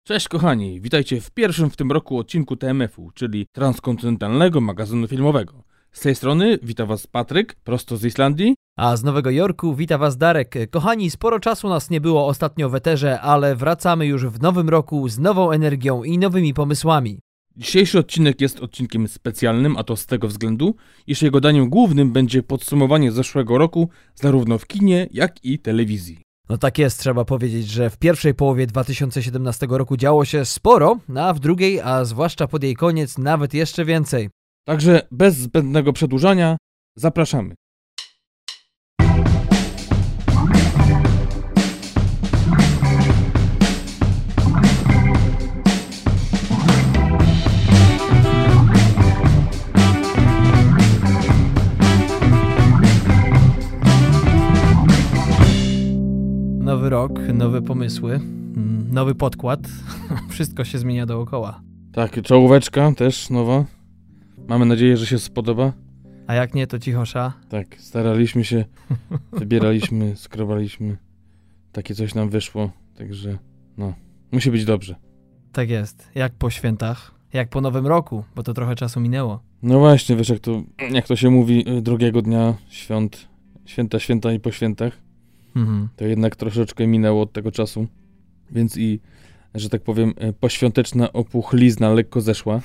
Cześć kochani, witajcie w pierwszym w tym roku odcinku TMF-u, czyli transkontynentalnego magazynu filmowego. Z tej strony wita was Patryk, prosto z Islandii. A z Nowego Jorku wita was Darek. Kochani, sporo czasu nas nie było ostatnio w eterze, ale wracamy już w nowym roku z nową energią i nowymi pomysłami. Dzisiejszy odcinek jest odcinkiem specjalnym, a to z tego względu, iż jego daniem głównym będzie podsumowanie zeszłego roku zarówno w kinie, jak i telewizji. No tak jest, trzeba powiedzieć, że w pierwszej połowie 2017 roku działo się sporo, a w drugiej, a zwłaszcza pod jej koniec, nawet jeszcze więcej. Także bez zbędnego przedłużania zapraszamy. Nowy rok, nowe pomysły, nowy podkład, wszystko się zmienia dookoła. Tak, czołóweczka też nowa. Mamy nadzieję, że się spodoba. A jak nie, to cichosza. Tak, staraliśmy się, wybieraliśmy, skrobaliśmy. Takie coś nam wyszło, także no, musi być dobrze. Tak jest, jak po świętach, jak po nowym roku, bo to trochę czasu minęło. No właśnie, wiesz jak to się mówi, drugiego dnia świąt, święta i po świętach. To jednak troszeczkę minęło od tego czasu, więc i, że tak powiem, poświąteczna opuchlizna lekko zeszła.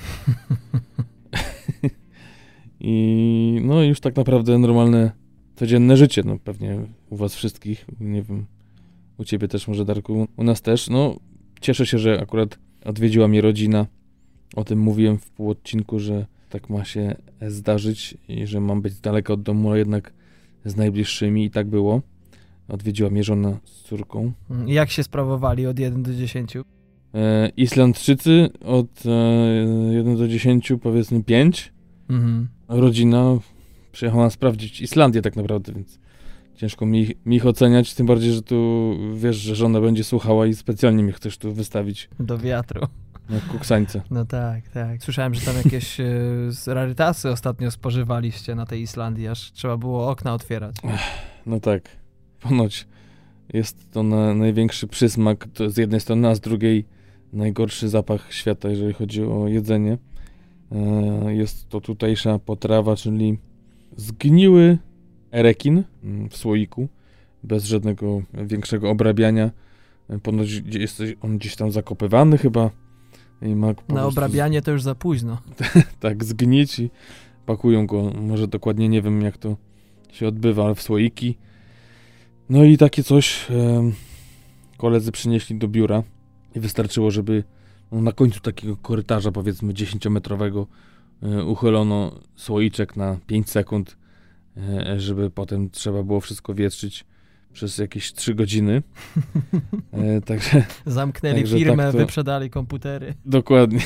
I no już tak naprawdę normalne, codzienne życie, no pewnie u was wszystkich, nie wiem, u ciebie też może, Darku, u nas też. No cieszę się, że akurat odwiedziła mnie rodzina, o tym mówiłem w półodcinku, że tak ma się zdarzyć i że mam być z daleka od domu, ale jednak z najbliższymi i tak było. Odwiedziła mnie żona z córką. Jak się sprawowali od 1 do 10? Islandczycy od 1 do 10 powiedzmy 5. Rodzina przyjechała sprawdzić Islandię tak naprawdę, więc ciężko mi ich oceniać, tym bardziej, że tu wiesz, że żona będzie słuchała i specjalnie mnie chcesz tu wystawić. Do wiatru. Jak kuksańce. No tak, tak. Słyszałem, że tam jakieś rarytasy ostatnio spożywaliście na tej Islandii, aż trzeba było okna otwierać. No tak. Ponoć jest to największy przysmak z jednej strony, a z drugiej najgorszy zapach świata, jeżeli chodzi o jedzenie. Jest to tutejsza potrawa, czyli zgniły rekin w słoiku, bez żadnego większego obrabiania. Ponoć jest on gdzieś tam zakopywany chyba. I ma na obrabianie to już za późno. Tak, zgnić i pakują go, może dokładnie nie wiem jak to się odbywa, ale w słoiki. No i takie coś koledzy przynieśli do biura i wystarczyło, żeby na końcu takiego korytarza, powiedzmy 10-metrowego, uchylono słoiczek na 5 sekund, żeby potem trzeba było wszystko wietrzyć przez jakieś 3 godziny. Zamknęli firmę, wyprzedali komputery. Dokładnie.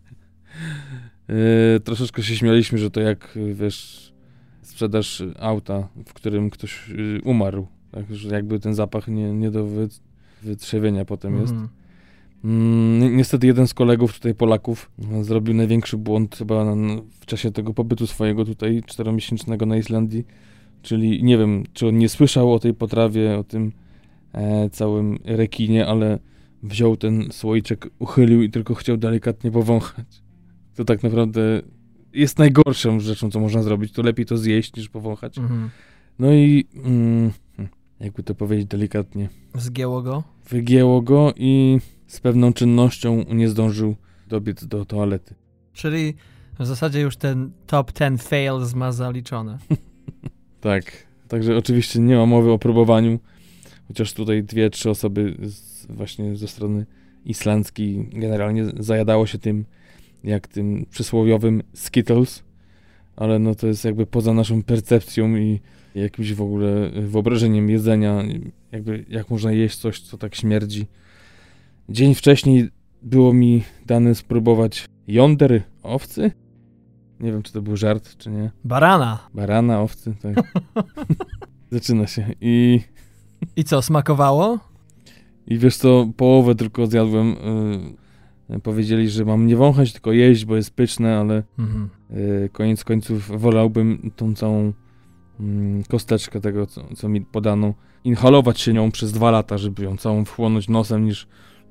Troszeczkę się śmialiśmy, że to jak, wiesz, sprzedaż auta, w którym ktoś umarł. Także jakby ten zapach nie do wytrzewienia potem jest. Niestety jeden z kolegów tutaj Polaków zrobił największy błąd chyba w czasie tego pobytu swojego tutaj 4-miesięcznego na Islandii. Czyli nie wiem, czy on nie słyszał o tej potrawie, o tym całym rekinie, ale wziął ten słoiczek, uchylił i tylko chciał delikatnie powąchać. To tak naprawdę jest najgorszą rzeczą, co można zrobić. To lepiej to zjeść niż powąchać. No i jakby to powiedzieć delikatnie. Zgięło go? Wygięło go i z pewną czynnością nie zdążył dobiec do toalety. Czyli w zasadzie już ten top 10 fails ma zaliczone. Tak, także oczywiście nie ma mowy o próbowaniu, chociaż tutaj 2-3 osoby właśnie ze strony islandzkiej generalnie zajadało się tym, jak tym przysłowiowym Skittles, ale no to jest jakby poza naszą percepcją i jakimś w ogóle wyobrażeniem jedzenia, jakby jak można jeść coś, co tak śmierdzi. Dzień wcześniej było mi dane spróbować jąder owcy. Nie wiem, czy to był żart, czy nie. Barana, owcy, tak. Zaczyna się. I co, smakowało? I wiesz co, połowę tylko zjadłem. Powiedzieli, że mam nie wąchać, tylko jeść, bo jest pyszne, ale koniec końców wolałbym tą całą kosteczkę tego, co mi podano, inhalować się nią przez 2 lata, żeby ją całą wchłonąć nosem, niż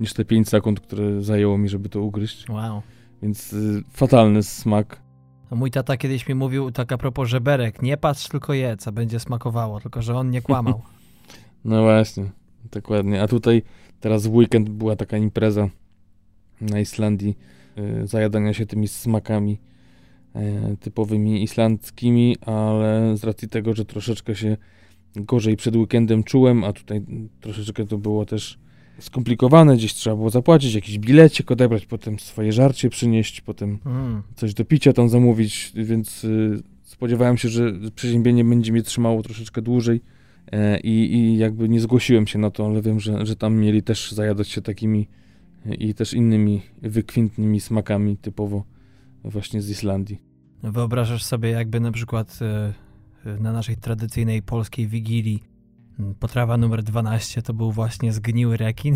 niż te 5 sekund, które zajęło mi, żeby to ugryźć. Wow. Więc fatalny smak. Mój tata kiedyś mi mówił, tak a propos żeberek, nie patrz, tylko jedz, a będzie smakowało, tylko że on nie kłamał. No właśnie, dokładnie. A tutaj teraz w weekend była taka impreza na Islandii, zajadania się tymi smakami typowymi islandzkimi, ale z racji tego, że troszeczkę się gorzej przed weekendem czułem, a tutaj troszeczkę to było też skomplikowane, gdzieś trzeba było zapłacić, jakiś bilecik odebrać, potem swoje żarcie przynieść, potem coś do picia tam zamówić, więc spodziewałem się, że przeziębienie będzie mnie trzymało troszeczkę dłużej i jakby nie zgłosiłem się na to, ale wiem, że tam mieli też zajadać się takimi i też innymi wykwintnymi smakami typowo właśnie z Islandii. Wyobrażasz sobie, jakby na przykład na naszej tradycyjnej polskiej wigilii potrawa numer 12 to był właśnie zgniły rekin.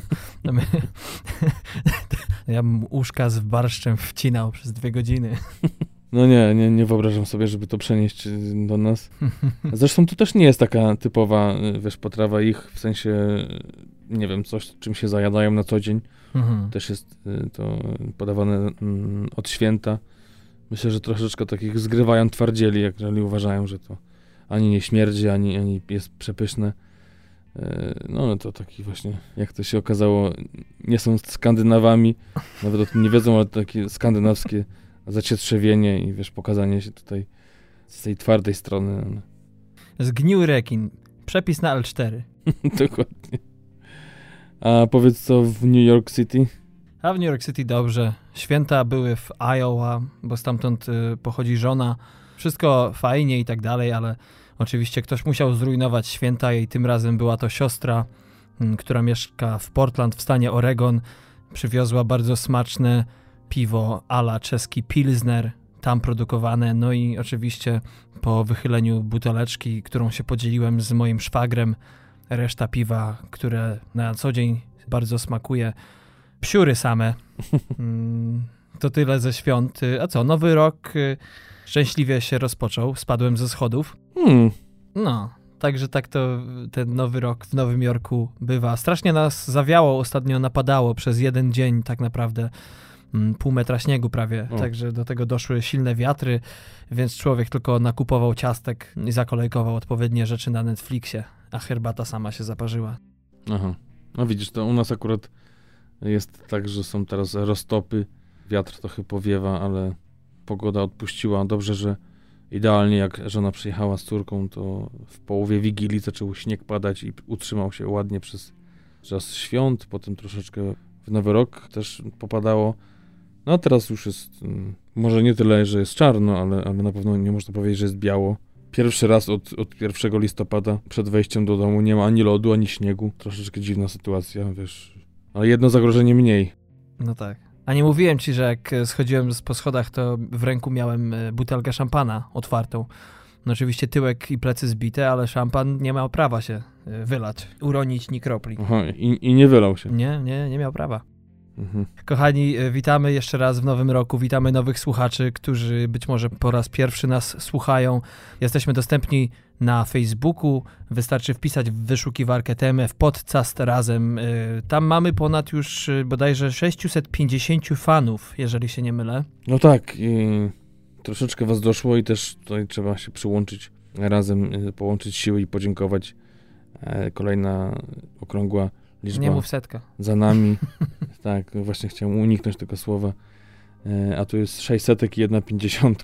Ja bym uszka z barszczem wcinał przez 2 godziny. No nie wyobrażam sobie, żeby to przenieść do nas. Zresztą to też nie jest taka typowa, wiesz, potrawa ich, w sensie, nie wiem, coś, czym się zajadają na co dzień. Też jest to podawane od święta. Myślę, że troszeczkę takich zgrywają twardzieli, jeżeli uważają, że to ani nie śmierdzi, ani jest przepyszne. No to taki właśnie, jak to się okazało, nie są Skandynawami, nawet o tym nie wiedzą, ale takie skandynawskie zacietrzewienie i wiesz, pokazanie się tutaj z tej twardej strony. Zgniły rekin. Przepis na L4. Dokładnie. A powiedz co w New York City? A w New York City dobrze. Święta były w Iowa, bo stamtąd pochodzi żona. Wszystko fajnie i tak dalej, ale oczywiście ktoś musiał zrujnować święta i tym razem była to siostra, która mieszka w Portland w stanie Oregon. Przywiozła bardzo smaczne piwo a la czeski Pilsner, tam produkowane. No i oczywiście po wychyleniu buteleczki, którą się podzieliłem z moim szwagrem, reszta piwa, które na co dzień bardzo smakuje. Psiury same. To tyle ze świąt. A co, nowy rok szczęśliwie się rozpoczął. Spadłem ze schodów. No, także tak to ten nowy rok w Nowym Jorku bywa. Strasznie nas zawiało, ostatnio napadało przez 1 dzień tak naprawdę. 0,5 metra śniegu prawie, także do tego doszły silne wiatry, więc człowiek tylko nakupował ciastek i zakolejkował odpowiednie rzeczy na Netflixie, a herbata sama się zaparzyła. Aha, no widzisz, to u nas akurat jest tak, że są teraz roztopy, wiatr trochę powiewa, ale pogoda odpuściła. Dobrze, że idealnie jak żona przyjechała z córką, to w połowie Wigilii zaczął śnieg padać i utrzymał się ładnie przez czas świąt, potem troszeczkę w Nowy Rok też popadało. No a teraz już jest, może nie tyle, że jest czarno, ale na pewno nie można powiedzieć, że jest biało. Pierwszy raz od 1 listopada przed wejściem do domu nie ma ani lodu, ani śniegu. Troszeczkę dziwna sytuacja, wiesz, ale jedno zagrożenie mniej. No tak. A nie mówiłem ci, że jak schodziłem po schodach, to w ręku miałem butelkę szampana otwartą. No oczywiście tyłek i plecy zbite, ale szampan nie miał prawa się wylać, uronić ni kropli. Aha, i nie wylał się. Nie miał prawa. Kochani, witamy jeszcze raz w nowym roku, witamy nowych słuchaczy, którzy być może po raz pierwszy nas słuchają. Jesteśmy dostępni na Facebooku, wystarczy wpisać w wyszukiwarkę TMF Podcast razem. Tam mamy ponad już bodajże 650 fanów, jeżeli się nie mylę. No tak, troszeczkę was doszło i też tutaj trzeba się przyłączyć razem, połączyć siły i podziękować. Kolejna okrągła liczba. Nie mów setka. Za nami. Tak, właśnie chciałem uniknąć tego słowa. A tu jest 600 i 1,50.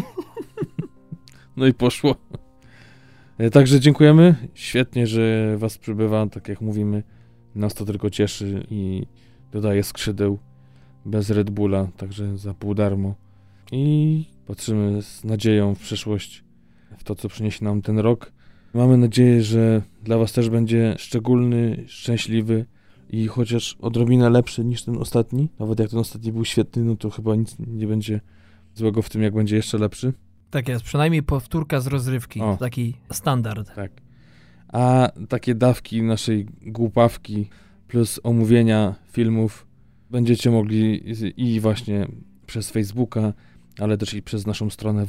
No i poszło. Także dziękujemy. Świetnie, że was przybywa. Tak jak mówimy, nas to tylko cieszy i dodaje skrzydeł bez Red Bulla, także za pół darmo. I patrzymy z nadzieją w przyszłość, w to, co przyniesie nam ten rok. Mamy nadzieję, że dla was też będzie szczególny, szczęśliwy i chociaż odrobinę lepszy niż ten ostatni. Nawet jak ten ostatni był świetny, no to chyba nic nie będzie złego w tym, jak będzie jeszcze lepszy. Tak jest, przynajmniej powtórka z rozrywki, taki standard. Tak. A takie dawki naszej głupawki plus omówienia filmów będziecie mogli i właśnie przez Facebooka, ale też i przez naszą stronę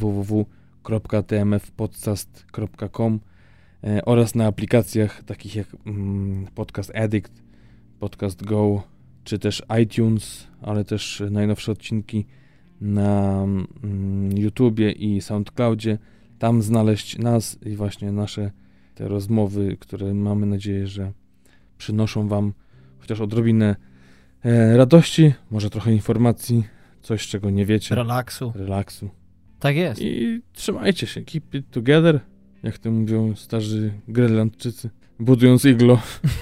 www.tmfpodcast.com oraz na aplikacjach takich jak Podcast Addict, Podcast Go, czy też iTunes, ale też najnowsze odcinki na YouTubie i SoundCloudzie. Tam znaleźć nas i właśnie nasze te rozmowy, które mamy nadzieję, że przynoszą wam chociaż odrobinę radości, może trochę informacji, coś czego nie wiecie. Relaksu. Tak jest. I trzymajcie się, keep it together, jak to mówią starzy Grenlandczycy, budując iglo.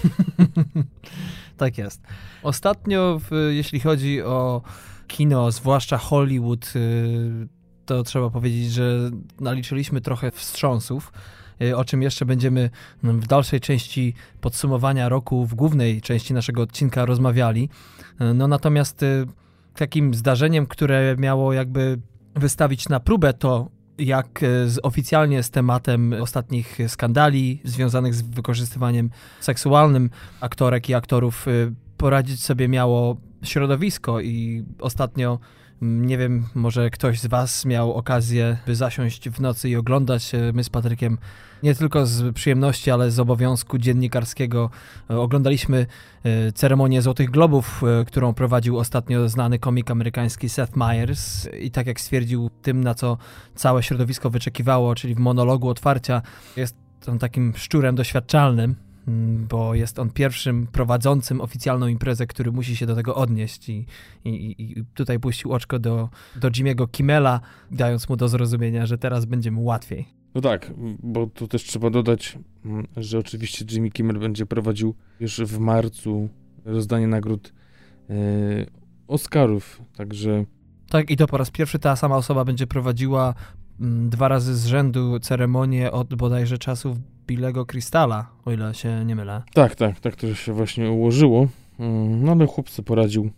Tak jest. Ostatnio, jeśli chodzi o kino, zwłaszcza Hollywood, to trzeba powiedzieć, że naliczyliśmy trochę wstrząsów, o czym jeszcze będziemy w dalszej części podsumowania roku, w głównej części naszego odcinka rozmawiali. No natomiast takim zdarzeniem, które miało jakby wystawić na próbę to, jak oficjalnie z tematem ostatnich skandali związanych z wykorzystywaniem seksualnym aktorek i aktorów poradzić sobie miało środowisko i ostatnio, nie wiem, może ktoś z was miał okazję, by zasiąść w nocy i oglądać. My z Patrykiem nie tylko z przyjemności, ale z obowiązku dziennikarskiego oglądaliśmy ceremonię Złotych Globów, którą prowadził ostatnio znany komik amerykański Seth Meyers i tak jak stwierdził, tym, na co całe środowisko wyczekiwało, czyli w monologu otwarcia, jest on takim szczurem doświadczalnym, bo jest on pierwszym prowadzącym oficjalną imprezę, który musi się do tego odnieść i tutaj puścił oczko do Jimmy'ego Kimmela, dając mu do zrozumienia, że teraz będzie mu łatwiej. No tak, bo tu też trzeba dodać, że oczywiście Jimmy Kimmel będzie prowadził już w marcu rozdanie nagród Oscarów, także... Tak, i to po raz pierwszy ta sama osoba będzie prowadziła 2 razy z rzędu ceremonię od bodajże czasów Billego Crystala, o ile się nie mylę. Tak to się właśnie ułożyło, no ale chłopcy poradził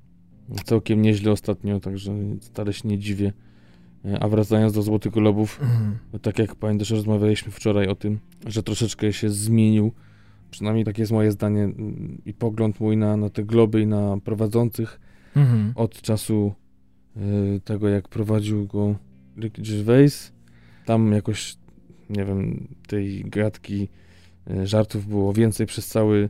całkiem nieźle ostatnio, także wcale się nie dziwię. A wracając do Złotych Globów, tak jak pamiętasz, rozmawialiśmy wczoraj o tym, że troszeczkę się zmienił, przynajmniej takie jest moje zdanie i pogląd mój na te globy i na prowadzących od czasu tego, jak prowadził go Ricky Gervais. Tam jakoś, nie wiem, tej gadki, żartów było więcej przez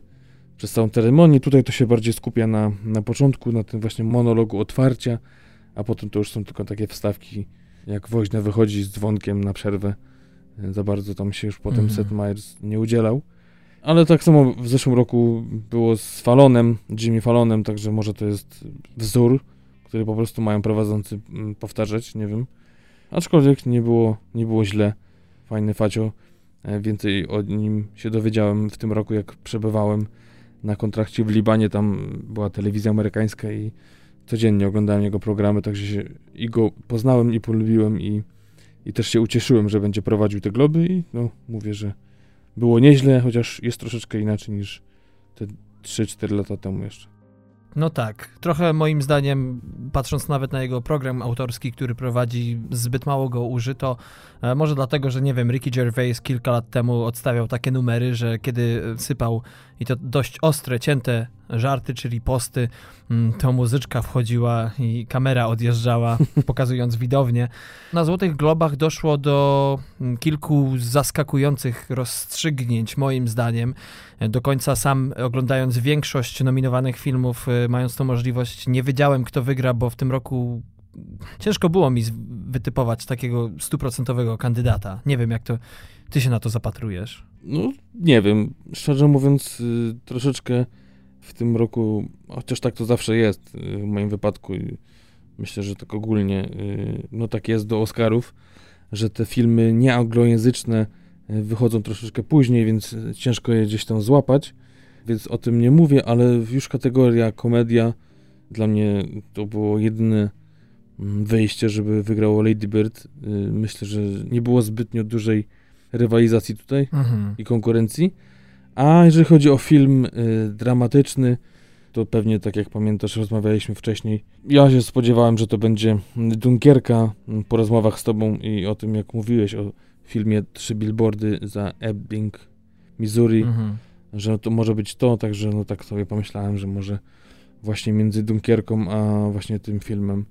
całą ceremonię. Tutaj to się bardziej skupia na początku, na tym właśnie monologu otwarcia, a potem to już są tylko takie wstawki, jak woźna wychodzi z dzwonkiem na przerwę. Za bardzo tam się już potem Seth Meyers nie udzielał. Ale tak samo w zeszłym roku było z Fallonem, Jimmy Fallonem, także może to jest wzór, który po prostu mają prowadzący powtarzać, nie wiem. Aczkolwiek nie było źle. Fajny facio. Więcej o nim się dowiedziałem w tym roku, jak przebywałem na kontrakcie w Libanie. Tam była telewizja amerykańska i codziennie oglądałem jego programy, także się i go poznałem i polubiłem i też się ucieszyłem, że będzie prowadził te globy i no mówię, że było nieźle, chociaż jest troszeczkę inaczej niż te 3-4 lata temu jeszcze. No tak, trochę moim zdaniem, patrząc nawet na jego program autorski, który prowadzi, zbyt mało go użyto. Może dlatego, że nie wiem, Ricky Gervais kilka lat temu odstawiał takie numery, że kiedy sypał i to dość ostre, cięte żarty, czyli posty, to muzyczka wchodziła i kamera odjeżdżała, pokazując widownię. Na Złotych Globach doszło do kilku zaskakujących rozstrzygnięć, moim zdaniem. Do końca sam, oglądając większość nominowanych filmów, mając tą możliwość, nie wiedziałem, kto wygra, bo w tym roku ciężko było mi wytypować takiego 100% kandydata. Nie wiem, jak to ty się na to zapatrujesz. No, nie wiem. Szczerze mówiąc, troszeczkę w tym roku, chociaż tak to zawsze jest w moim wypadku, myślę, że tak ogólnie, no tak jest do Oscarów, że te filmy nieanglojęzyczne wychodzą troszeczkę później, więc ciężko je gdzieś tam złapać, więc o tym nie mówię, ale już kategoria komedia dla mnie to było jedyne wyjście, żeby wygrało Lady Bird. Myślę, że nie było zbytnio dużej rywalizacji tutaj i konkurencji. A jeżeli chodzi o film dramatyczny, to pewnie, tak jak pamiętasz, rozmawialiśmy wcześniej. Ja się spodziewałem, że to będzie Dunkierka po rozmowach z tobą i o tym, jak mówiłeś o filmie 3 billboardy za Ebbing, Missouri, że to może być to, także no tak sobie pomyślałem, że może właśnie między Dunkierką a właśnie tym filmem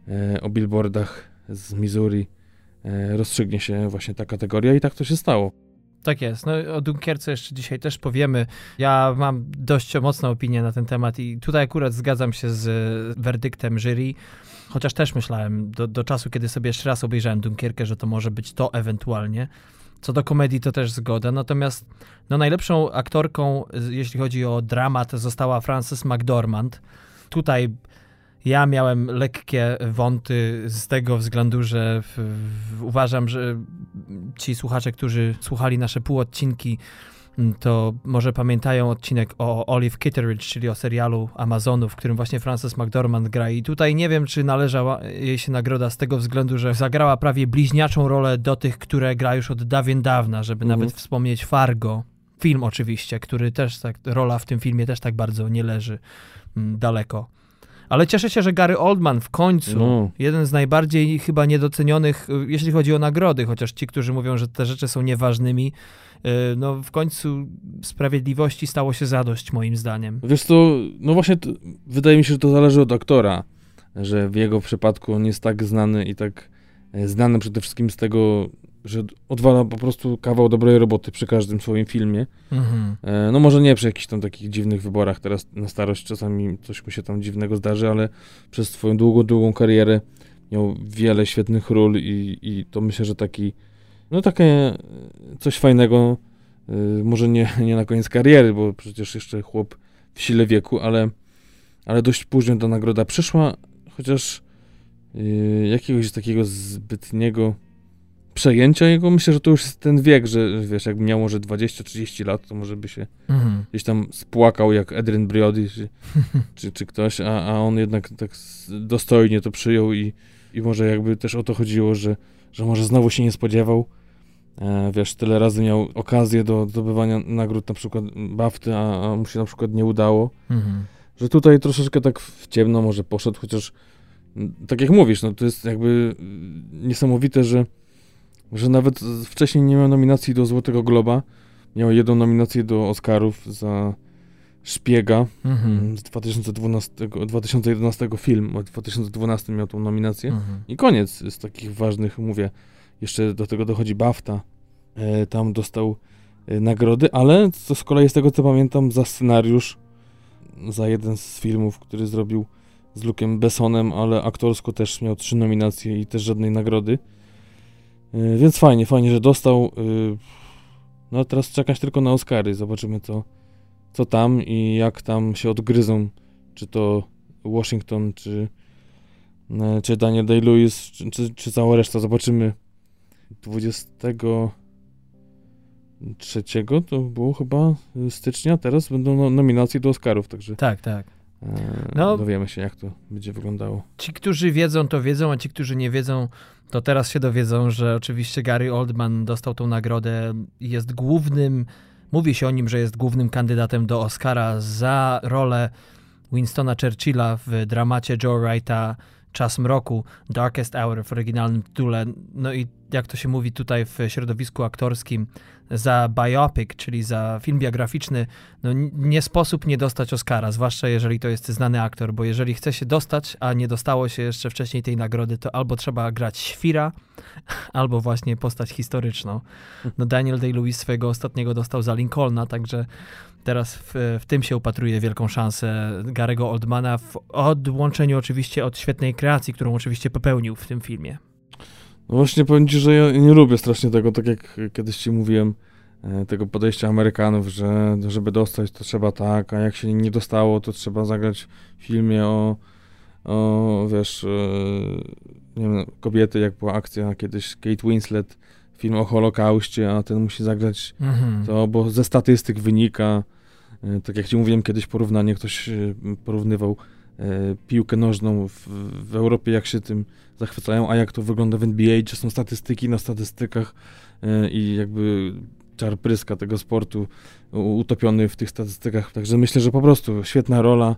o billboardach z Missouri rozstrzygnie się właśnie ta kategoria i tak to się stało. Tak jest. No, o Dunkierce jeszcze dzisiaj też powiemy. Ja mam dość mocną opinię na ten temat i tutaj akurat zgadzam się z werdyktem jury, chociaż też myślałem do czasu, kiedy sobie jeszcze raz obejrzałem Dunkierkę, że to może być to ewentualnie. Co do komedii to też zgoda, natomiast najlepszą aktorką, jeśli chodzi o dramat, została Frances McDormand. Tutaj ja miałem lekkie wąty z tego względu, że uważam, że ci słuchacze, którzy słuchali nasze półodcinki, to może pamiętają odcinek o Olive Kitteridge, czyli o serialu Amazonu, w którym właśnie Frances McDormand gra. I tutaj nie wiem, czy należała jej się nagroda z tego względu, że zagrała prawie bliźniaczą rolę do tych, które gra już od dawien dawna, żeby nawet wspomnieć Fargo. Film oczywiście, który też tak, rola w tym filmie też tak bardzo nie leży daleko. Ale cieszę się, że Gary Oldman w końcu, jeden z najbardziej chyba niedocenionych, jeśli chodzi o nagrody, chociaż ci, którzy mówią, że te rzeczy są nieważnymi, w końcu sprawiedliwości stało się zadość, moim zdaniem. Wiesz co, właśnie wydaje mi się, że to zależy od aktora, że w jego przypadku on jest tak znany i tak znany przede wszystkim z tego, że odwala po prostu kawał dobrej roboty przy każdym swoim filmie. Może nie przy jakichś tam takich dziwnych wyborach teraz na starość, czasami coś mu się tam dziwnego zdarzy, ale przez swoją długą karierę miał wiele świetnych ról i to myślę, że takie coś fajnego, może nie na koniec kariery, bo przecież jeszcze chłop w sile wieku, ale dość późno ta nagroda przyszła, chociaż jakiegoś takiego zbytniego przejęcia jego, myślę, że to już jest ten wiek, że wiesz, jakby miał może 20-30 lat, to może by się gdzieś tam spłakał jak Adrien Brody czy ktoś, a on jednak tak dostojnie to przyjął i może jakby też o to chodziło, że może znowu się nie spodziewał. Wiesz, tyle razy miał okazję do zdobywania nagród, na przykład BAFTA, a mu się na przykład nie udało. Że tutaj troszeczkę tak w ciemno może poszedł, chociaż tak jak mówisz, to jest jakby niesamowite, że nawet wcześniej nie miał nominacji do Złotego Globa. Miał jedną nominację do Oscarów za Szpiega z 2011 film. W 2012 miał tą nominację. I koniec z takich ważnych, mówię, jeszcze do tego dochodzi BAFTA. Tam dostał nagrody, ale co z kolei z tego, co pamiętam, za scenariusz, za jeden z filmów, który zrobił z Luciem Bessonem, ale aktorsko też miał 3 nominacje i też żadnej nagrody. Więc fajnie, że dostał. Teraz czekać tylko na Oscary. Zobaczymy, co tam i jak tam się odgryzą. Czy to Washington, czy Daniel Day-Lewis, czy cała reszta. Zobaczymy 23 to było chyba stycznia. Teraz będą nominacje do Oscarów, także... Tak. Dowiemy się, jak to będzie wyglądało. Ci, którzy wiedzą, to wiedzą, a ci, którzy nie wiedzą, to teraz się dowiedzą, że oczywiście Gary Oldman dostał tą nagrodę i jest mówi się o nim, że jest głównym kandydatem do Oscara za rolę Winstona Churchilla w dramacie Joe Wrighta Czas mroku, Darkest Hour w oryginalnym tytule. I jak to się mówi tutaj w środowisku aktorskim, za biopic, czyli za film biograficzny, nie sposób nie dostać Oscara, zwłaszcza jeżeli to jest znany aktor, bo jeżeli chce się dostać, a nie dostało się jeszcze wcześniej tej nagrody, to albo trzeba grać świra, albo właśnie postać historyczną. Daniel Day-Lewis swojego ostatniego dostał za Lincolna, także teraz w tym się upatruje wielką szansę Gary'ego Oldmana, w odłączeniu oczywiście od świetnej kreacji, którą oczywiście popełnił w tym filmie. Właśnie powiem ci, że ja nie lubię strasznie tego, tak jak kiedyś ci mówiłem, tego podejścia Amerykanów, że żeby dostać, to trzeba tak, a jak się nie dostało, to trzeba zagrać w filmie wiesz, nie wiem, kobiety, jak była akcja kiedyś, Kate Winslet, film o Holokauście, a ten musi zagrać to, bo ze statystyk wynika, tak jak ci mówiłem kiedyś porównanie, ktoś porównywał piłkę nożną w Europie, jak się tym zachwycają, a jak to wygląda w NBA, gdzie są statystyki na statystykach i jakby czar pryska tego sportu utopiony w tych statystykach. Także myślę, że po prostu świetna rola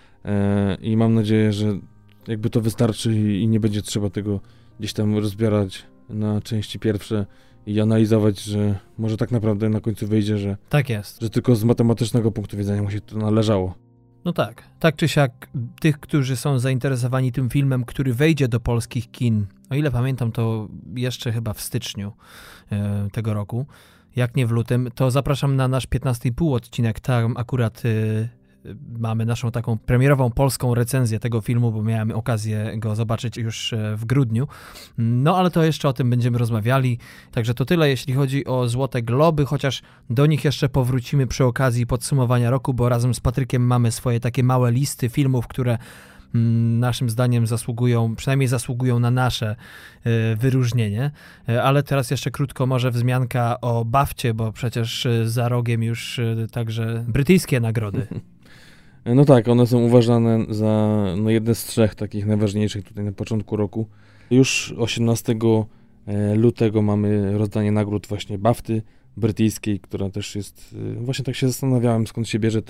i mam nadzieję, że jakby to wystarczy i nie będzie trzeba tego gdzieś tam rozbierać na części pierwsze i analizować, że może tak naprawdę na końcu wyjdzie, że tak jest, że tylko z matematycznego punktu widzenia mu się to należało. Tak czy siak tych, którzy są zainteresowani tym filmem, który wejdzie do polskich kin, o ile pamiętam, to jeszcze chyba w styczniu tego roku, jak nie w lutym, to zapraszam na nasz 15,5 odcinek. Tam akurat mamy naszą taką premierową polską recenzję tego filmu, bo miałem okazję go zobaczyć już w grudniu. No ale to jeszcze o tym będziemy rozmawiali. Także to tyle, jeśli chodzi o Złote Globy, chociaż do nich jeszcze powrócimy przy okazji podsumowania roku, bo razem z Patrykiem mamy swoje takie małe listy filmów, które naszym zdaniem przynajmniej zasługują na nasze wyróżnienie. Ale teraz jeszcze krótko może wzmianka o BAFTA, bo przecież za rogiem już także brytyjskie nagrody. No tak, one są uważane za jedne z 3 takich najważniejszych tutaj na początku roku. Już 18 lutego mamy rozdanie nagród właśnie BAFTA brytyjskiej, która też jest, właśnie tak się zastanawiałem, skąd się bierze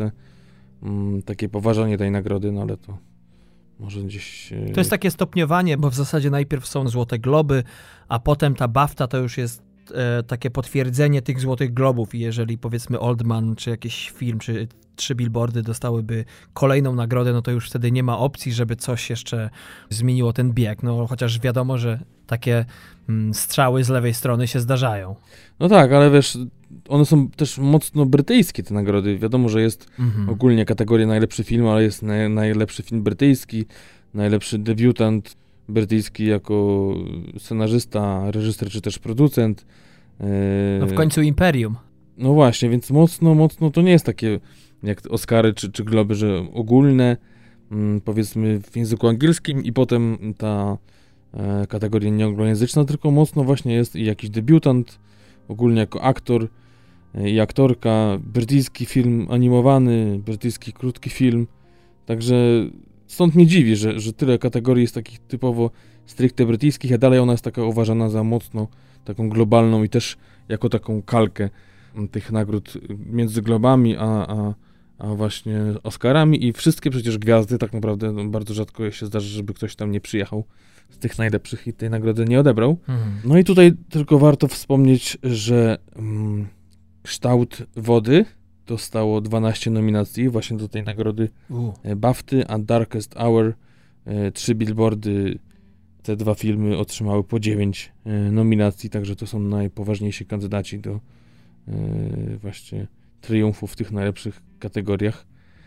takie poważanie tej nagrody, no ale to może gdzieś... To jest takie stopniowanie, bo w zasadzie najpierw są Złote Globy, a potem ta BAFTA to już jest takie potwierdzenie tych Złotych Globów i jeżeli powiedzmy Oldman, czy jakiś film, czy 3 Billboardy dostałyby kolejną nagrodę, no to już wtedy nie ma opcji, żeby coś jeszcze zmieniło ten bieg. No chociaż wiadomo, że takie strzały z lewej strony się zdarzają. No tak, ale wiesz, one są też mocno brytyjskie te nagrody. Wiadomo, że jest ogólnie kategoria najlepszy film, ale jest najlepszy film brytyjski, najlepszy debiutant brytyjski jako scenarzysta, reżyser czy też producent. No w końcu Imperium. No właśnie, więc mocno to nie jest takie jak Oscary czy Globy, że ogólne, powiedzmy w języku angielskim i potem ta kategoria nieanglojęzyczna, tylko mocno właśnie jest i jakiś debiutant, ogólnie jako aktor i aktorka, brytyjski film animowany, brytyjski krótki film, także stąd mnie dziwi, że tyle kategorii jest takich typowo stricte brytyjskich, a dalej ona jest taka uważana za mocno taką globalną i też jako taką kalkę tych nagród między Globami a właśnie Oscarami i wszystkie przecież gwiazdy tak naprawdę bardzo rzadko się zdarza, żeby ktoś tam nie przyjechał z tych najlepszych i tej nagrody nie odebrał. No i tutaj tylko warto wspomnieć, że Kształt wody dostało 12 nominacji właśnie do tej nagrody BAFTA, a Darkest Hour 3 Billboardy, te 2 filmy otrzymały po 9 nominacji, także to są najpoważniejsi kandydaci do właśnie triumfu w tych najlepszych kategoriach.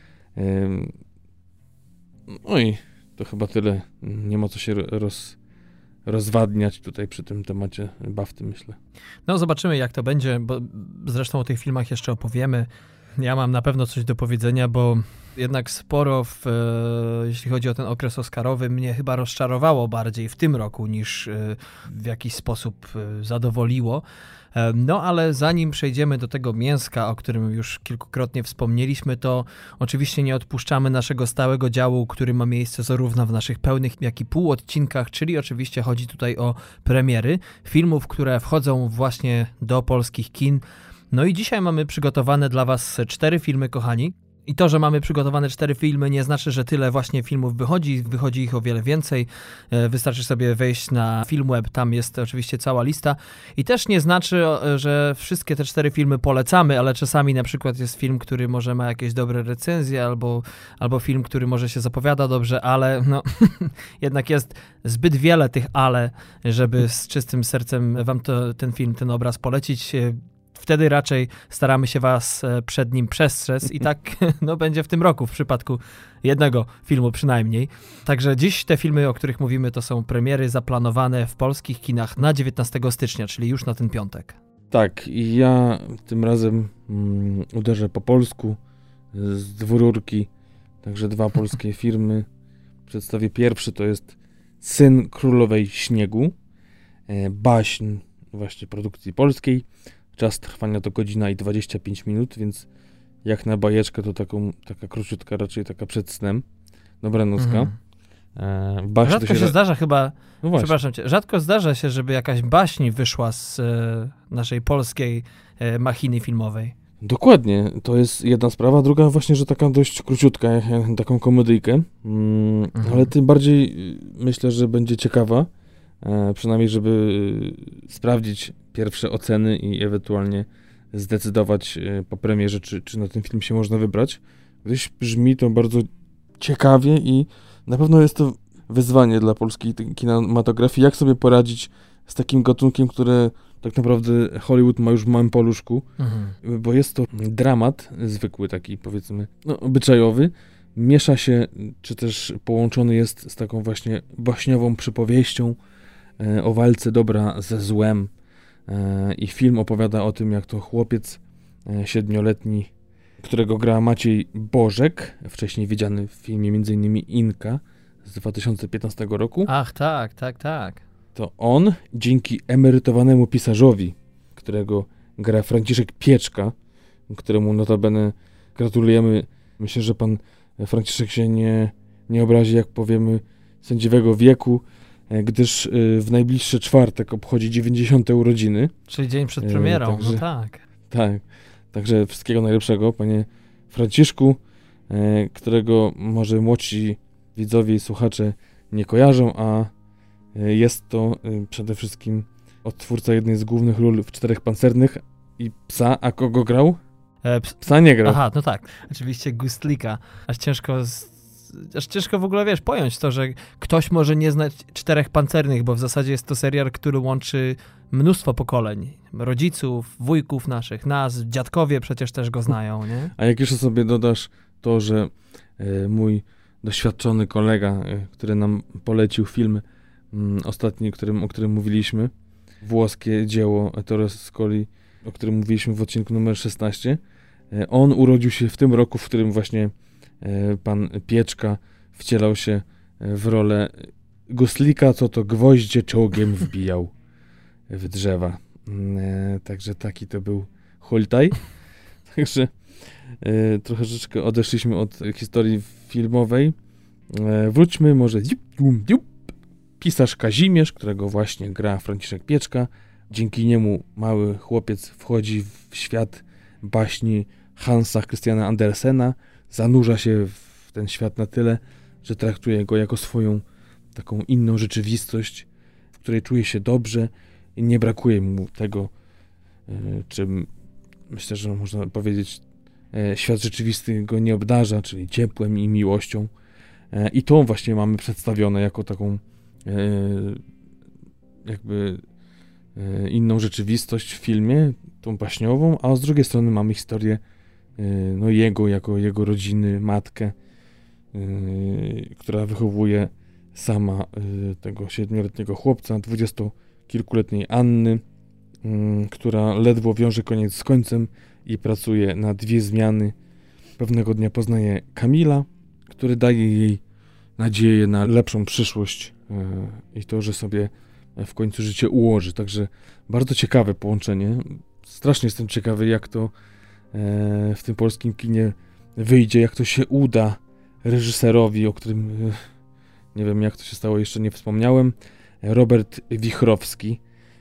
No i to chyba tyle. Nie ma co się rozwadniać tutaj przy tym temacie BAFTA, myślę. No zobaczymy, jak to będzie, bo zresztą o tych filmach jeszcze opowiemy. Ja mam na pewno coś do powiedzenia, bo jednak sporo, jeśli chodzi o ten okres oscarowy, mnie chyba rozczarowało bardziej w tym roku niż w jakiś sposób zadowoliło. No ale zanim przejdziemy do tego mięska, o którym już kilkukrotnie wspomnieliśmy, to oczywiście nie odpuszczamy naszego stałego działu, który ma miejsce zarówno w naszych pełnych, jak i półodcinkach, czyli oczywiście chodzi tutaj o premiery filmów, które wchodzą właśnie do polskich kin. No i dzisiaj mamy przygotowane dla Was 4 filmy, kochani. I to, że mamy przygotowane 4 filmy, nie znaczy, że tyle właśnie filmów wychodzi. Wychodzi ich o wiele więcej. Wystarczy sobie wejść na Filmweb, tam jest oczywiście cała lista. I też nie znaczy, że wszystkie te 4 filmy polecamy, ale czasami na przykład jest film, który może ma jakieś dobre recenzje, albo film, który może się zapowiada dobrze, ale no jednak jest zbyt wiele tych ale, żeby z czystym sercem Wam ten obraz polecić. Wtedy raczej staramy się Was przed nim przestrzec i tak no, będzie w tym roku w przypadku jednego filmu przynajmniej. Także dziś te filmy, o których mówimy, to są premiery zaplanowane w polskich kinach na 19 stycznia, czyli już na ten piątek. Tak, i ja tym razem uderzę po polsku z dwururki, także 2 polskie filmy. Przedstawię pierwszy, to jest Syn Królowej Śniegu, baśń właśnie produkcji polskiej. Czas trwania to 1 godzina i 25 minut, więc jak na bajeczkę to taka króciutka, raczej taka przed snem. Dobra nocka. Rzadko się zdarza chyba, no przepraszam cię, rzadko zdarza się, żeby jakaś baśń wyszła z naszej polskiej machiny filmowej. Dokładnie, to jest jedna sprawa. Druga właśnie, że taka dość króciutka, taką komedyjkę, ale tym bardziej myślę, że będzie ciekawa, przynajmniej żeby sprawdzić pierwsze oceny i ewentualnie zdecydować po premierze, czy na ten film się można wybrać. Gdyż brzmi to bardzo ciekawie i na pewno jest to wyzwanie dla polskiej kinematografii, jak sobie poradzić z takim gatunkiem, który tak naprawdę Hollywood ma już w małym poluszku, bo jest to dramat zwykły, taki powiedzmy, no, obyczajowy, miesza się, czy też połączony jest z taką właśnie baśniową przypowieścią o walce dobra ze złem. I film opowiada o tym, jak to chłopiec 7-letni, którego gra Maciej Bożek, wcześniej widziany w filmie m.in. Inka z 2015 roku. Ach, tak. To on, dzięki emerytowanemu pisarzowi, którego gra Franciszek Pieczka, któremu notabene gratulujemy. Myślę, że pan Franciszek się nie obrazi, jak powiemy, sędziwego wieku, gdyż w najbliższy czwartek obchodzi 90. urodziny. Czyli dzień przed premierą, także, no tak. Tak, także wszystkiego najlepszego, panie Franciszku, którego może młodsi widzowie i słuchacze nie kojarzą, a jest to przede wszystkim odtwórca jednej z głównych ról w Czterech Pancernych i Psa, a kogo grał? Psa nie grał. Aha, no tak. Oczywiście Gustlika. Aż ciężko w ogóle, pojąć to, że ktoś może nie znać Czterech Pancernych, bo w zasadzie jest to serial, który łączy mnóstwo pokoleń. Rodziców, wujków naszych, nas, dziadkowie przecież też go znają, nie? A jak jeszcze sobie dodasz to, że mój doświadczony kolega, który nam polecił film ostatni, o którym mówiliśmy, włoskie dzieło Ettore Scoli, o którym mówiliśmy w odcinku numer 16, on urodził się w tym roku, w którym właśnie pan Pieczka wcielał się w rolę Gustlika, co to gwoździe czołgiem wbijał w drzewa. Także taki to był hultaj. Także troszeczkę odeszliśmy od historii filmowej. Wróćmy może. Pisarz Kazimierz, którego właśnie gra Franciszek Pieczka. Dzięki niemu mały chłopiec wchodzi w świat baśni Hansa Christiana Andersena, zanurza się w ten świat na tyle, że traktuje go jako swoją taką inną rzeczywistość, w której czuje się dobrze i nie brakuje mu tego, czym myślę, że można powiedzieć, świat rzeczywisty go nie obdarza, czyli ciepłem i miłością. I to właśnie mamy przedstawione jako taką jakby inną rzeczywistość w filmie, tą baśniową, a z drugiej strony mamy historię jego, jako jego rodziny, matkę, która wychowuje sama tego 7-letniego chłopca, 20-kilkuletniej Anny, która ledwo wiąże koniec z końcem i pracuje na 2 zmiany. Pewnego dnia poznaje Kamila, który daje jej nadzieję na lepszą przyszłość i to, że sobie w końcu życie ułoży. Także bardzo ciekawe połączenie. Strasznie jestem ciekawy, jak to w tym polskim kinie wyjdzie, jak to się uda reżyserowi, o którym nie wiem, jak to się stało, jeszcze nie wspomniałem, Robert Wichrowski.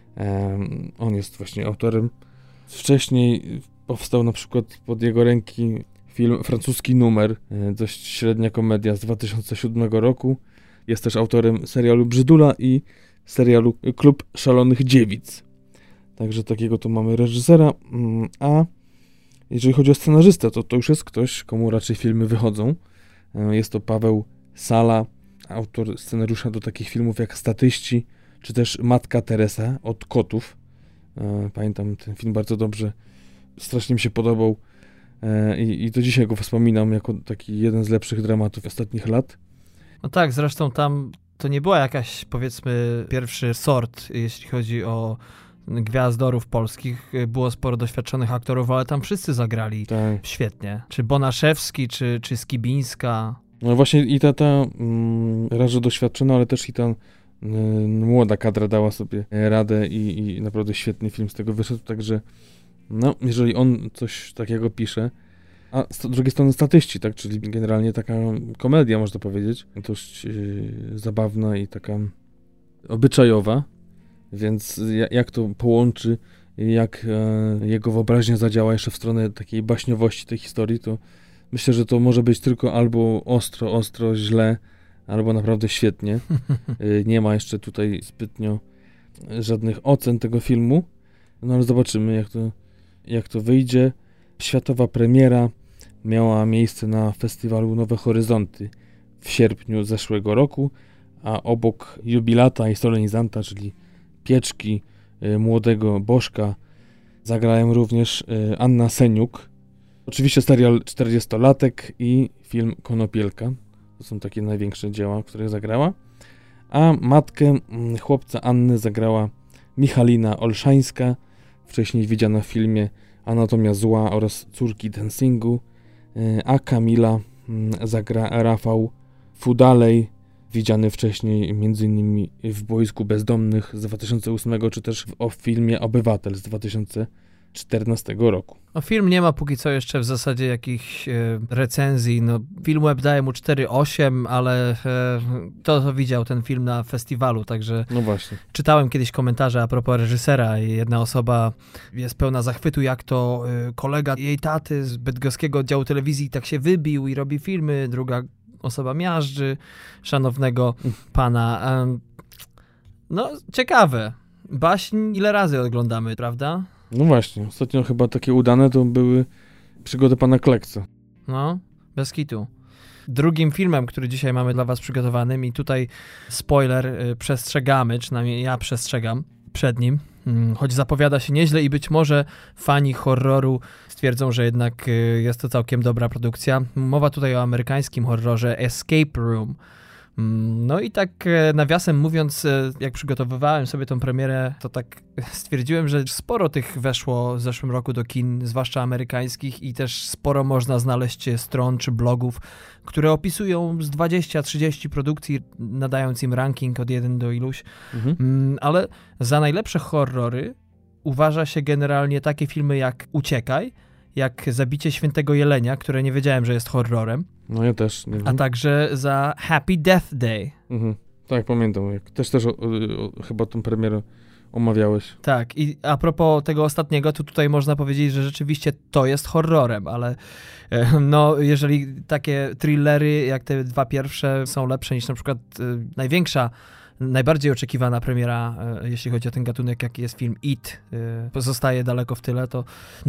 On jest właśnie autorem. Wcześniej powstał na przykład pod jego ręki film Francuski Numer, dość średnia komedia z 2007 roku. Jest też autorem serialu Brzydula i serialu Klub Szalonych Dziewic. Także takiego to mamy reżysera. A jeżeli chodzi o scenarzystę, to już jest ktoś, komu raczej filmy wychodzą. Jest to Paweł Sala, autor scenariusza do takich filmów jak Statyści, czy też Matka Teresa od kotów. Pamiętam ten film bardzo dobrze. Strasznie mi się podobał i do dzisiaj go wspominam jako taki jeden z lepszych dramatów ostatnich lat. No tak, zresztą tam to nie była jakaś, powiedzmy, pierwszy sort, jeśli chodzi o gwiazdorów polskich. Było sporo doświadczonych aktorów, ale tam wszyscy zagrali świetnie. Czy Bonaszewski, czy Skibińska. No właśnie i ta raz, że doświadczona, ale też i ta młoda kadra dała sobie radę i naprawdę świetny film z tego wyszedł, także no, jeżeli on coś takiego pisze, a z drugiej strony Statyści, tak, czyli generalnie taka komedia, można powiedzieć, dość zabawna i taka obyczajowa, więc jak to połączy, jak jego wyobraźnia zadziała jeszcze w stronę takiej baśniowości tej historii, to myślę, że to może być tylko albo ostro, źle, albo naprawdę świetnie. Nie ma jeszcze tutaj zbytnio żadnych ocen tego filmu, no ale zobaczymy, jak to wyjdzie. Światowa premiera miała miejsce na festiwalu Nowe Horyzonty w sierpniu zeszłego roku, a obok jubilata i solenizanta, czyli Pieczki, młodego Bożka zagrałem również Anna Seniuk. Oczywiście serial 40-latek i film Konopielka. To są takie największe dzieła, w których zagrała. A matkę chłopca Anny zagrała Michalina Olszańska, wcześniej widziana w filmie Anatomia zła oraz Córki dancingu, a Kamila zagra Rafał Fudalej, widziany wcześniej m.in. w Boisku Bezdomnych z 2008, czy też w filmie Obywatel z 2014 roku. Film nie ma póki co jeszcze w zasadzie jakichś recenzji. Filmweb daje mu 4,8, ale to widział ten film na festiwalu, także no właśnie. Czytałem kiedyś komentarze a propos reżysera i jedna osoba jest pełna zachwytu, jak to kolega jej taty z bydgoskiego oddziału telewizji tak się wybił i robi filmy, druga osoba miażdży szanownego pana. Ciekawe. Baśń ile razy oglądamy, prawda? No właśnie, ostatnio chyba takie udane to były Przygody pana Kleksa. Bez kitu. Drugim filmem, który dzisiaj mamy dla was przygotowanym i tutaj spoiler, przestrzegamy, przynajmniej ja przestrzegam przed nim, choć zapowiada się nieźle i być może fani horroru stwierdzą, że jednak jest to całkiem dobra produkcja. Mowa tutaj o amerykańskim horrorze Escape Room. No i tak nawiasem mówiąc, jak przygotowywałem sobie tą premierę, to tak stwierdziłem, że sporo tych weszło w zeszłym roku do kin, zwłaszcza amerykańskich i też sporo można znaleźć stron czy blogów, które opisują z 20-30 produkcji, nadając im ranking od 1 do iluś, ale za najlepsze horrory uważa się generalnie takie filmy jak Uciekaj, jak Zabicie Świętego Jelenia, które nie wiedziałem, że jest horrorem. No ja też nie wiem. A także za Happy Death Day. Tak, pamiętam. Też chyba tą premierę omawiałeś. Tak, i a propos tego ostatniego, to tutaj można powiedzieć, że rzeczywiście to jest horrorem, ale jeżeli takie thrillery jak te dwa pierwsze są lepsze niż na przykład największa, najbardziej oczekiwana premiera, jeśli chodzi o ten gatunek, jaki jest film It, pozostaje daleko w tyle, to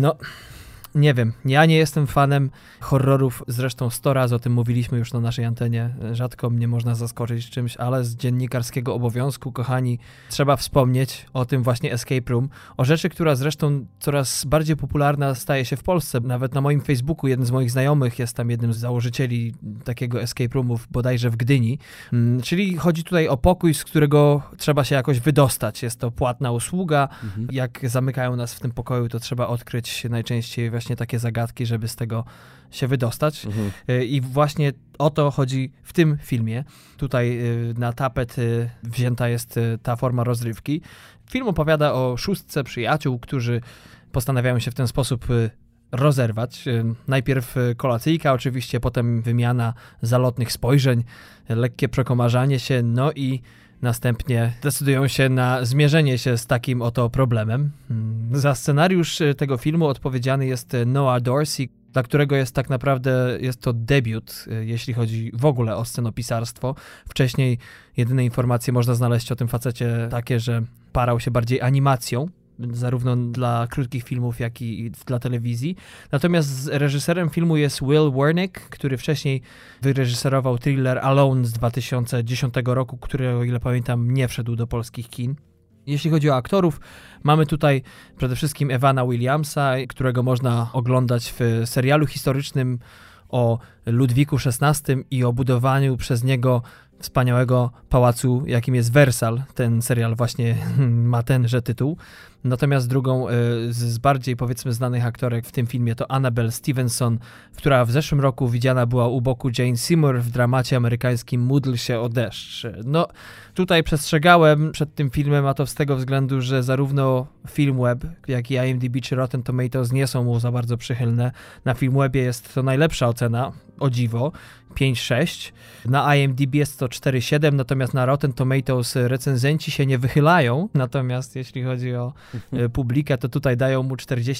nie wiem, ja nie jestem fanem horrorów, zresztą 100 razy o tym mówiliśmy już na naszej antenie, rzadko mnie można zaskoczyć czymś, ale z dziennikarskiego obowiązku, kochani, trzeba wspomnieć o tym właśnie Escape Room, o rzeczy, która zresztą coraz bardziej popularna staje się w Polsce. Nawet na moim Facebooku jeden z moich znajomych jest tam jednym z założycieli takiego Escape Roomów, bodajże w Gdyni, czyli chodzi tutaj o pokój, z którego trzeba się jakoś wydostać. Jest to płatna usługa, jak zamykają nas w tym pokoju, to trzeba odkryć najczęściej właśnie takie zagadki, żeby z tego się wydostać. I właśnie o to chodzi w tym filmie. Tutaj na tapet wzięta jest ta forma rozrywki. Film opowiada o 6 przyjaciół, którzy postanawiają się w ten sposób rozerwać. Najpierw kolacyjka oczywiście, potem wymiana zalotnych spojrzeń, lekkie przekomarzanie się, no i następnie decydują się na zmierzenie się z takim oto problemem. Za scenariusz tego filmu odpowiedzialny jest Noah Dorsey, dla którego jest tak naprawdę to debiut, jeśli chodzi w ogóle o scenopisarstwo. Wcześniej jedyne informacje można znaleźć o tym facecie takie, że parał się bardziej animacją, zarówno dla krótkich filmów, jak i dla telewizji. Natomiast reżyserem filmu jest Will Wernick, który wcześniej wyreżyserował thriller Alone z 2010 roku, który, o ile pamiętam, nie wszedł do polskich kin. Jeśli chodzi o aktorów, mamy tutaj przede wszystkim Evana Williamsa, którego można oglądać w serialu historycznym o Ludwiku XVI i o budowaniu przez niego wspaniałego pałacu, jakim jest Wersal. Ten serial właśnie ma tenże tytuł. Natomiast drugą z bardziej, powiedzmy, znanych aktorek w tym filmie to Annabelle Stevenson, która w zeszłym roku widziana była u boku Jane Seymour w dramacie amerykańskim Módl się o deszcz. No, tutaj przestrzegałem przed tym filmem, a to z tego względu, że zarówno Filmweb, jak i IMDb czy Rotten Tomatoes nie są mu za bardzo przychylne. Na Filmwebie jest to najlepsza ocena, o dziwo, 5,6. Na IMDb jest to 4,7, natomiast na Rotten Tomatoes recenzenci się nie wychylają, natomiast jeśli chodzi o publikę, to tutaj dają mu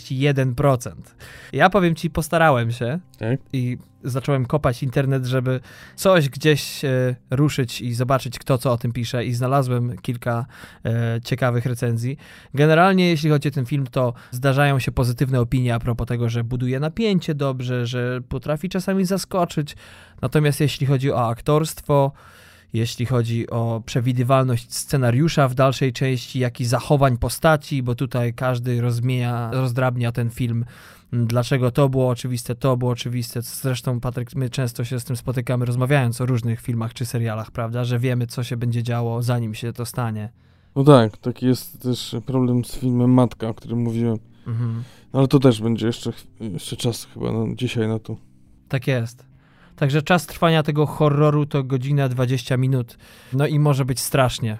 41%. Ja powiem ci, postarałem się i zacząłem kopać internet, żeby coś gdzieś ruszyć i zobaczyć, kto co o tym pisze, i znalazłem kilka ciekawych recenzji. Generalnie, jeśli chodzi o ten film, to zdarzają się pozytywne opinie a propos tego, że buduje napięcie dobrze, że potrafi czasami zaskoczyć. Natomiast jeśli chodzi o aktorstwo, jeśli chodzi o przewidywalność scenariusza w dalszej części, jak i zachowań postaci, bo tutaj każdy rozdrabnia ten film. Dlaczego to było oczywiste. Zresztą, Patryk, my często się z tym spotykamy, rozmawiając o różnych filmach czy serialach, prawda, że wiemy, co się będzie działo, zanim się to stanie. No tak, taki jest też problem z filmem Matka, o którym mówiłem. No ale to też będzie jeszcze czas chyba dzisiaj na to. Tak jest. Także czas trwania tego horroru to godzina 20 minut. No i może być strasznie.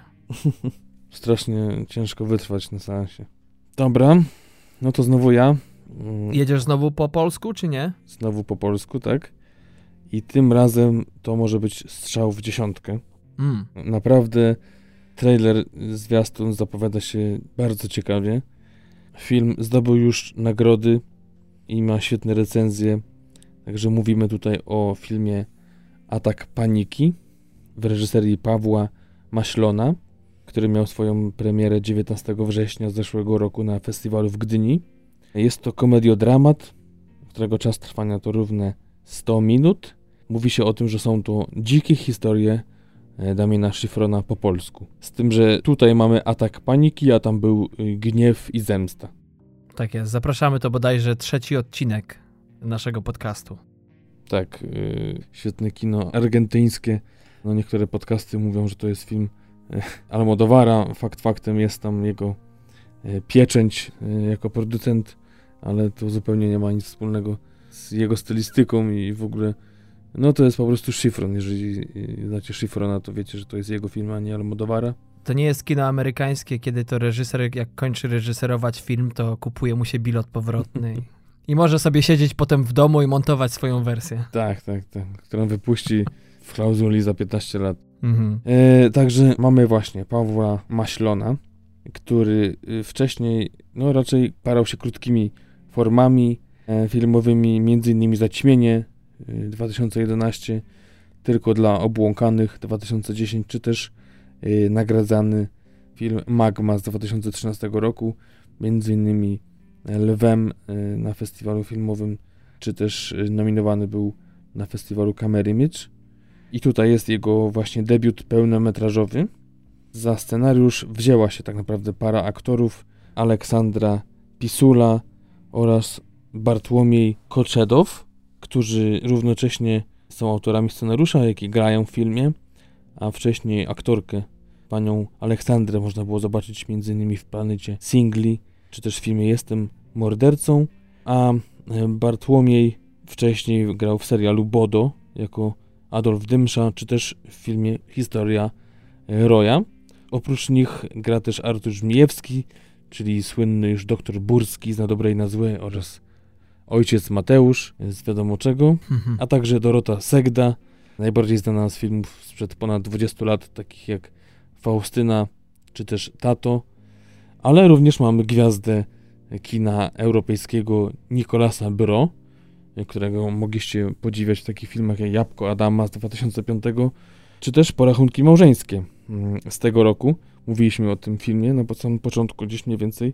Strasznie ciężko wytrwać na seansie. Dobra, no to znowu ja. Jedziesz znowu po polsku, czy nie? Znowu po polsku, tak. I tym razem to może być strzał w dziesiątkę. Naprawdę trailer, zwiastun zapowiada się bardzo ciekawie. Film zdobył już nagrody i ma świetne recenzje. Także mówimy tutaj o filmie Atak Paniki w reżyserii Pawła Maślona, który miał swoją premierę 19 września zeszłego roku na festiwalu w Gdyni. Jest to komediodramat, którego czas trwania to równe 100 minut. Mówi się o tym, że są to dzikie historie Damiana Szifrona po polsku. Z tym, że tutaj mamy atak paniki, a tam był gniew i zemsta. Tak jest. Zapraszamy, to bodajże 3. odcinek naszego podcastu. Tak, świetne kino argentyńskie. No niektóre podcasty mówią, że to jest film Almodóvara. Fakt faktem jest tam jego pieczęć jako producent, ale to zupełnie nie ma nic wspólnego z jego stylistyką i w ogóle no to jest po prostu Szifron. Jeżeli znacie Szifrona, to wiecie, że to jest jego film, a nie Almodóvara. To nie jest kino amerykańskie, kiedy to reżyser, jak kończy reżyserować film, to kupuje mu się bilet powrotny i może sobie siedzieć potem w domu i montować swoją wersję. Tak, którą wypuści w klauzuli za 15 lat. Także mamy właśnie Pawła Maślona, który wcześniej no raczej parał się krótkimi formami filmowymi, między innymi Zaćmienie 2011, Tylko dla obłąkanych 2010, czy też nagradzany film Magma z 2013 roku, między innymi Lwem na festiwalu filmowym, czy też nominowany był na festiwalu Camera Image. I tutaj jest jego właśnie debiut pełnometrażowy. Za scenariusz wzięła się tak naprawdę para aktorów, Aleksandra Pisula oraz Bartłomiej Koczedow, którzy równocześnie są autorami scenariusza, jak i grają w filmie, a wcześniej aktorkę, panią Aleksandrę, można było zobaczyć m.in. w Planecie Singli, czy też w filmie Jestem mordercą, a Bartłomiej wcześniej grał w serialu Bodo jako Adolf Dymsza, czy też w filmie Historia Roya. Oprócz nich gra też Artur Żmijewski, czyli słynny już doktor Burski z Na dobre i na złe oraz ojciec Mateusz z wiadomo czego, a także Dorota Segda, najbardziej znana z filmów sprzed ponad 20 lat, takich jak Faustyna czy też Tato, ale również mamy gwiazdę kina europejskiego Nicolasa Bro, którego mogliście podziwiać w takich filmach jak Jabłko Adama z 2005, czy też Porachunki małżeńskie z tego roku. Mówiliśmy o tym filmie na samym początku, gdzieś mniej więcej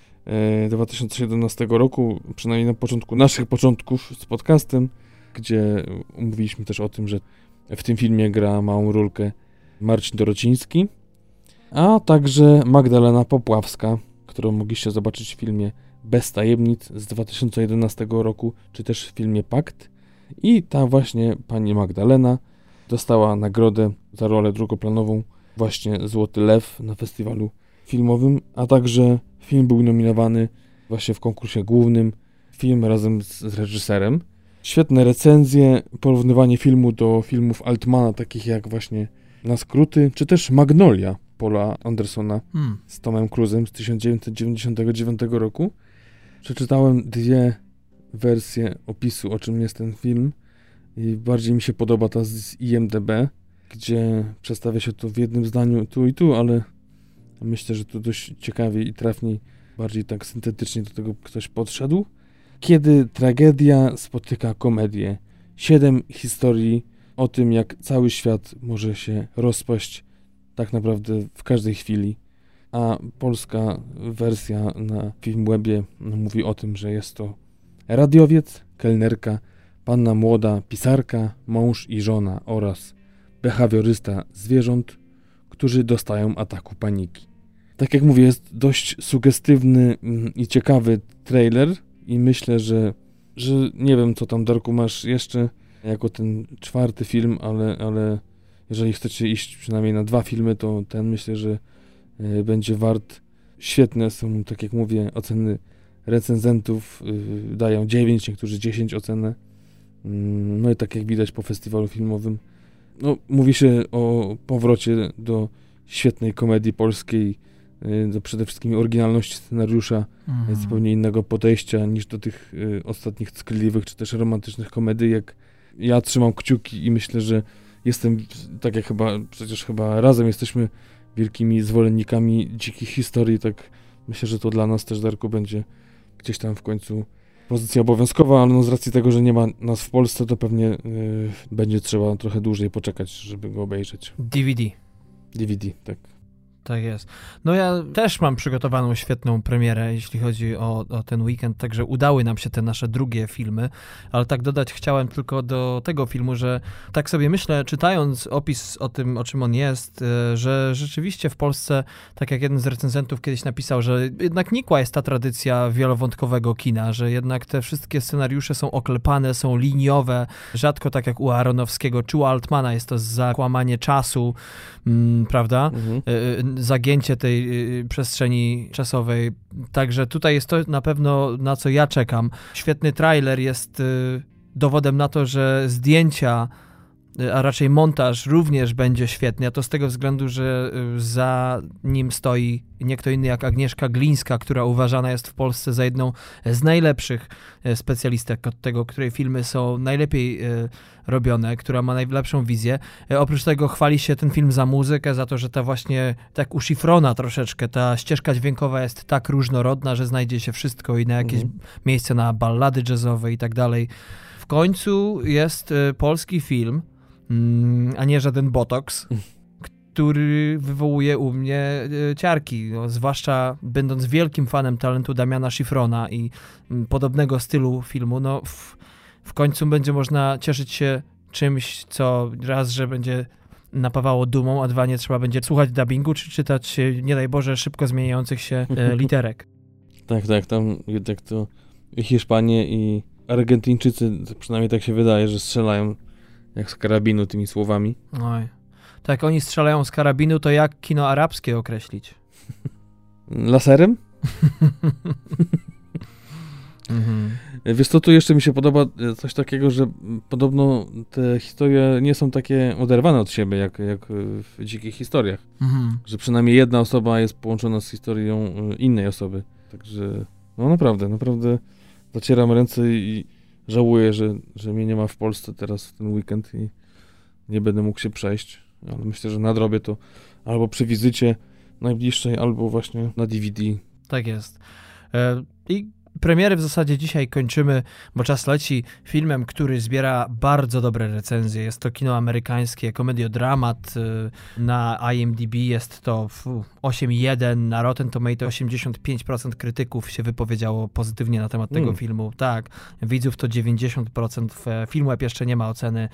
2017 roku, przynajmniej na początku naszych początków z podcastem, gdzie mówiliśmy też o tym, że w tym filmie gra małą rolkę Marcin Dorociński, a także Magdalena Popławska, którą mogliście zobaczyć w filmie Bez tajemnic z 2011 roku, czy też w filmie Pakt. I ta właśnie pani Magdalena dostała nagrodę za rolę drugoplanową, właśnie Złoty Lew na festiwalu filmowym, a także film był nominowany właśnie w konkursie głównym, film razem z reżyserem. Świetne recenzje, porównywanie filmu do filmów Altmana, takich jak właśnie Na skróty, czy też Magnolia Paula Andersona z Tomem Cruise'em z 1999 roku. Przeczytałem 2 wersje opisu, o czym jest ten film i bardziej mi się podoba ta z IMDb, gdzie przedstawia się to w jednym zdaniu tu i tu, ale myślę, że tu dość ciekawie i trafniej, bardziej tak syntetycznie do tego ktoś podszedł. Kiedy tragedia spotyka komedię. 7 historii o tym, jak cały świat może się rozpaść tak naprawdę w każdej chwili. A polska wersja na Filmwebie mówi o tym, że jest to radiowiec, kelnerka, panna młoda, pisarka, mąż i żona oraz behawiorysta zwierząt, którzy dostają ataku paniki. Tak jak mówię, jest dość sugestywny i ciekawy trailer i myślę, że nie wiem, co tam, Darku, masz jeszcze jako ten 4. film, ale jeżeli chcecie iść przynajmniej na 2 filmy, to ten myślę, że będzie wart. Świetne są, tak jak mówię, oceny recenzentów, dają 9, niektórzy 10 ocenę. No i tak jak widać po festiwalu filmowym, no, mówi się o powrocie do świetnej komedii polskiej, do przede wszystkim oryginalności scenariusza, zupełnie innego podejścia niż do tych ostatnich ckliwych czy też romantycznych komedii. Jak ja trzymam kciuki i myślę, że jestem, tak jak przecież chyba razem jesteśmy wielkimi zwolennikami dzikich historii, tak myślę, że to dla nas też, Darku, będzie gdzieś tam w końcu pozycja obowiązkowa, ale no z racji tego, że nie ma nas w Polsce, to pewnie będzie trzeba trochę dłużej poczekać, żeby go obejrzeć. DVD, tak. Tak jest. No ja też mam przygotowaną świetną premierę, jeśli chodzi o ten weekend, także udały nam się te nasze drugie filmy, ale tak dodać chciałem tylko do tego filmu, że tak sobie myślę, czytając opis o tym, o czym on jest, że rzeczywiście w Polsce, tak jak jeden z recenzentów kiedyś napisał, że jednak nikła jest ta tradycja wielowątkowego kina, że jednak te wszystkie scenariusze są oklepane, są liniowe, rzadko tak jak u Aronofskiego czy u Altmana jest to zakłamanie czasu, prawda? Zagięcie tej przestrzeni czasowej. Także tutaj jest to na pewno, na co ja czekam. Świetny trailer jest dowodem na to, że zdjęcia, a raczej montaż również będzie świetny, a to z tego względu, że za nim stoi nie kto inny jak Agnieszka Glińska, która uważana jest w Polsce za jedną z najlepszych specjalistek od tego, której filmy są najlepiej robione, która ma najlepszą wizję. Oprócz tego chwali się ten film za muzykę, za to, że ta właśnie tak uszyfrona troszeczkę, ta ścieżka dźwiękowa jest tak różnorodna, że znajdzie się wszystko i na jakieś miejsce na ballady jazzowe i tak dalej. W końcu jest polski film, a nie żaden botoks, który wywołuje u mnie ciarki, no, zwłaszcza będąc wielkim fanem talentu Damiana Szifrona i podobnego stylu filmu, no w końcu będzie można cieszyć się czymś, co raz, że będzie napawało dumą, a dwa, nie trzeba będzie słuchać dubbingu, czy czytać, nie daj Boże, szybko zmieniających się literek. Tak, tam jednak to Hiszpanie i Argentyńczycy, przynajmniej tak się wydaje, że strzelają jak z karabinu tymi słowami. Oj. Tak, oni strzelają z karabinu, to jak kino arabskie określić? Laserem? Wiesz co, tu jeszcze mi się podoba coś takiego, że podobno te historie nie są takie oderwane od siebie, jak w dzikich historiach. Że przynajmniej jedna osoba jest połączona z historią innej osoby. Także, no naprawdę zacieram ręce i żałuję, że mnie nie ma w Polsce teraz w ten weekend i nie będę mógł się przejść. Ale myślę, że nadrobię to albo przy wizycie najbliższej, albo właśnie na DVD. Tak jest. I premiery w zasadzie dzisiaj kończymy, bo czas leci, filmem, który zbiera bardzo dobre recenzje. Jest to kino amerykańskie, komediodramat. Na IMDb jest to 8,1, na Rotten Tomato 85% krytyków się wypowiedziało pozytywnie na temat tego filmu. Tak, widzów to 90%, w Filmweb jeszcze nie ma oceny.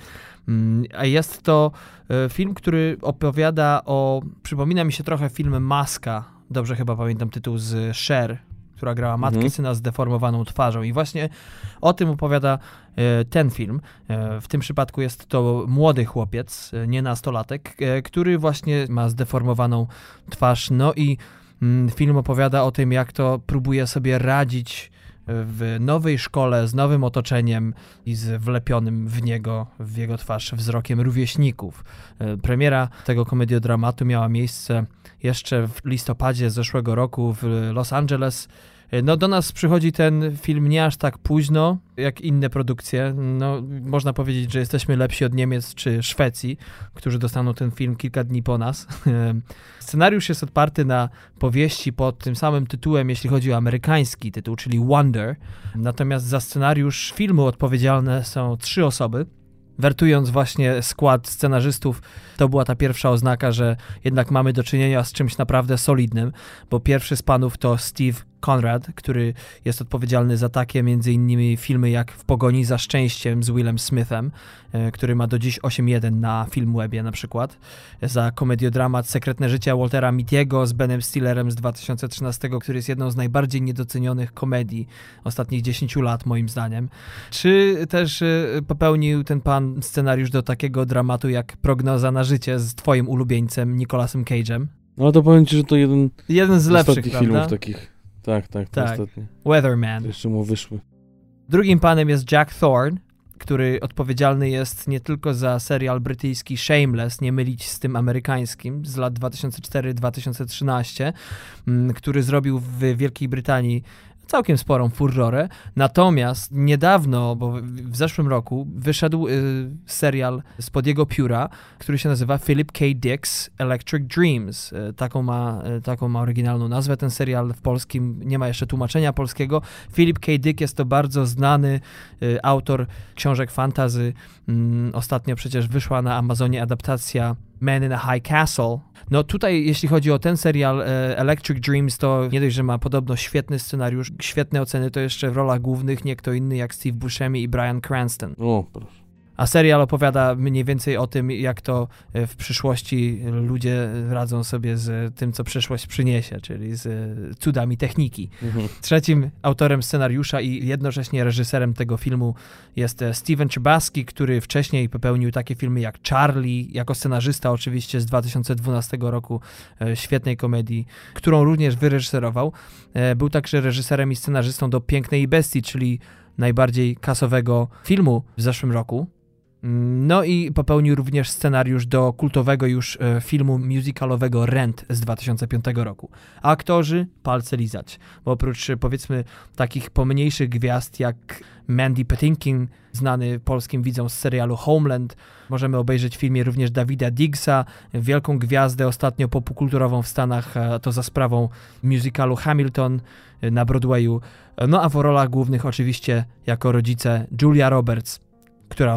A jest to film, który opowiada przypomina mi się trochę film Maska, dobrze chyba pamiętam tytuł, z Cher, która grała matkę syna z deformowaną twarzą. I właśnie o tym opowiada ten film. W tym przypadku jest to młody chłopiec, nie nastolatek, który właśnie ma zdeformowaną twarz. No i film opowiada o tym, jak to próbuje sobie radzić w nowej szkole, z nowym otoczeniem i z wlepionym w jego twarz wzrokiem rówieśników. Premiera tego komediodramatu miała miejsce jeszcze w listopadzie zeszłego roku w Los Angeles. No do nas przychodzi ten film nie aż tak późno, jak inne produkcje. No można powiedzieć, że jesteśmy lepsi od Niemiec czy Szwecji, którzy dostaną ten film kilka dni po nas. Scenariusz jest oparty na powieści pod tym samym tytułem, jeśli chodzi o amerykański tytuł, czyli Wonder. Natomiast za scenariusz filmu odpowiedzialne są 3 osoby. Wertując właśnie skład scenarzystów, to była ta pierwsza oznaka, że jednak mamy do czynienia z czymś naprawdę solidnym, bo pierwszy z panów to Steve Conrad, który jest odpowiedzialny za takie między innymi filmy jak W pogoni za szczęściem z Willem Smithem, który ma do dziś 8.1 na Filmwebie na przykład, za komediodramat Sekretne życie Waltera Mittiego z Benem Stillerem z 2013, który jest jedną z najbardziej niedocenionych komedii ostatnich 10 lat moim zdaniem. Czy też popełnił ten pan scenariusz do takiego dramatu jak Prognoza na życie z twoim ulubieńcem Nicolasem Cage'em? No to powiem ci, że to jeden z lepszych filmów takich. Tak. Ostatni. Weatherman. Jeszcze mu wyszły. Drugim panem jest Jack Thorne, który odpowiedzialny jest nie tylko za serial brytyjski Shameless, nie mylić z tym amerykańskim, z lat 2004-2013, który zrobił w Wielkiej Brytanii całkiem sporą furorę. Natomiast niedawno, bo w zeszłym roku, wyszedł serial spod jego pióra, który się nazywa Philip K. Dick's Electric Dreams. Taką ma oryginalną nazwę. Ten serial w polskim nie ma jeszcze tłumaczenia polskiego. Philip K. Dick jest to bardzo znany autor książek fantasy. Ostatnio przecież wyszła na Amazonie adaptacja Man in a High Castle. No tutaj, jeśli chodzi o ten serial Electric Dreams, to nie dość, że ma podobno świetny scenariusz, świetne oceny, to jeszcze w rolach głównych nie kto inny jak Steve Buscemi i Bryan Cranston. O, proszę. A serial opowiada mniej więcej o tym, jak to w przyszłości ludzie radzą sobie z tym, co przyszłość przyniesie, czyli z cudami techniki. Trzecim autorem scenariusza i jednocześnie reżyserem tego filmu jest Steven Chbosky, który wcześniej popełnił takie filmy jak Charlie, jako scenarzysta oczywiście z 2012 roku, świetnej komedii, którą również wyreżyserował. Był także reżyserem i scenarzystą do Pięknej i Bestii, czyli najbardziej kasowego filmu w zeszłym roku. No i popełnił również scenariusz do kultowego już filmu musicalowego Rent z 2005 roku. A aktorzy palce lizać, bo oprócz powiedzmy takich pomniejszych gwiazd jak Mandy Patinkin, znany polskim widzom z serialu Homeland, możemy obejrzeć w filmie również Davida Diggsa, wielką gwiazdę ostatnio popkulturową w Stanach, to za sprawą musicalu Hamilton na Broadwayu. No a w rolach głównych oczywiście jako rodzice Julia Roberts, która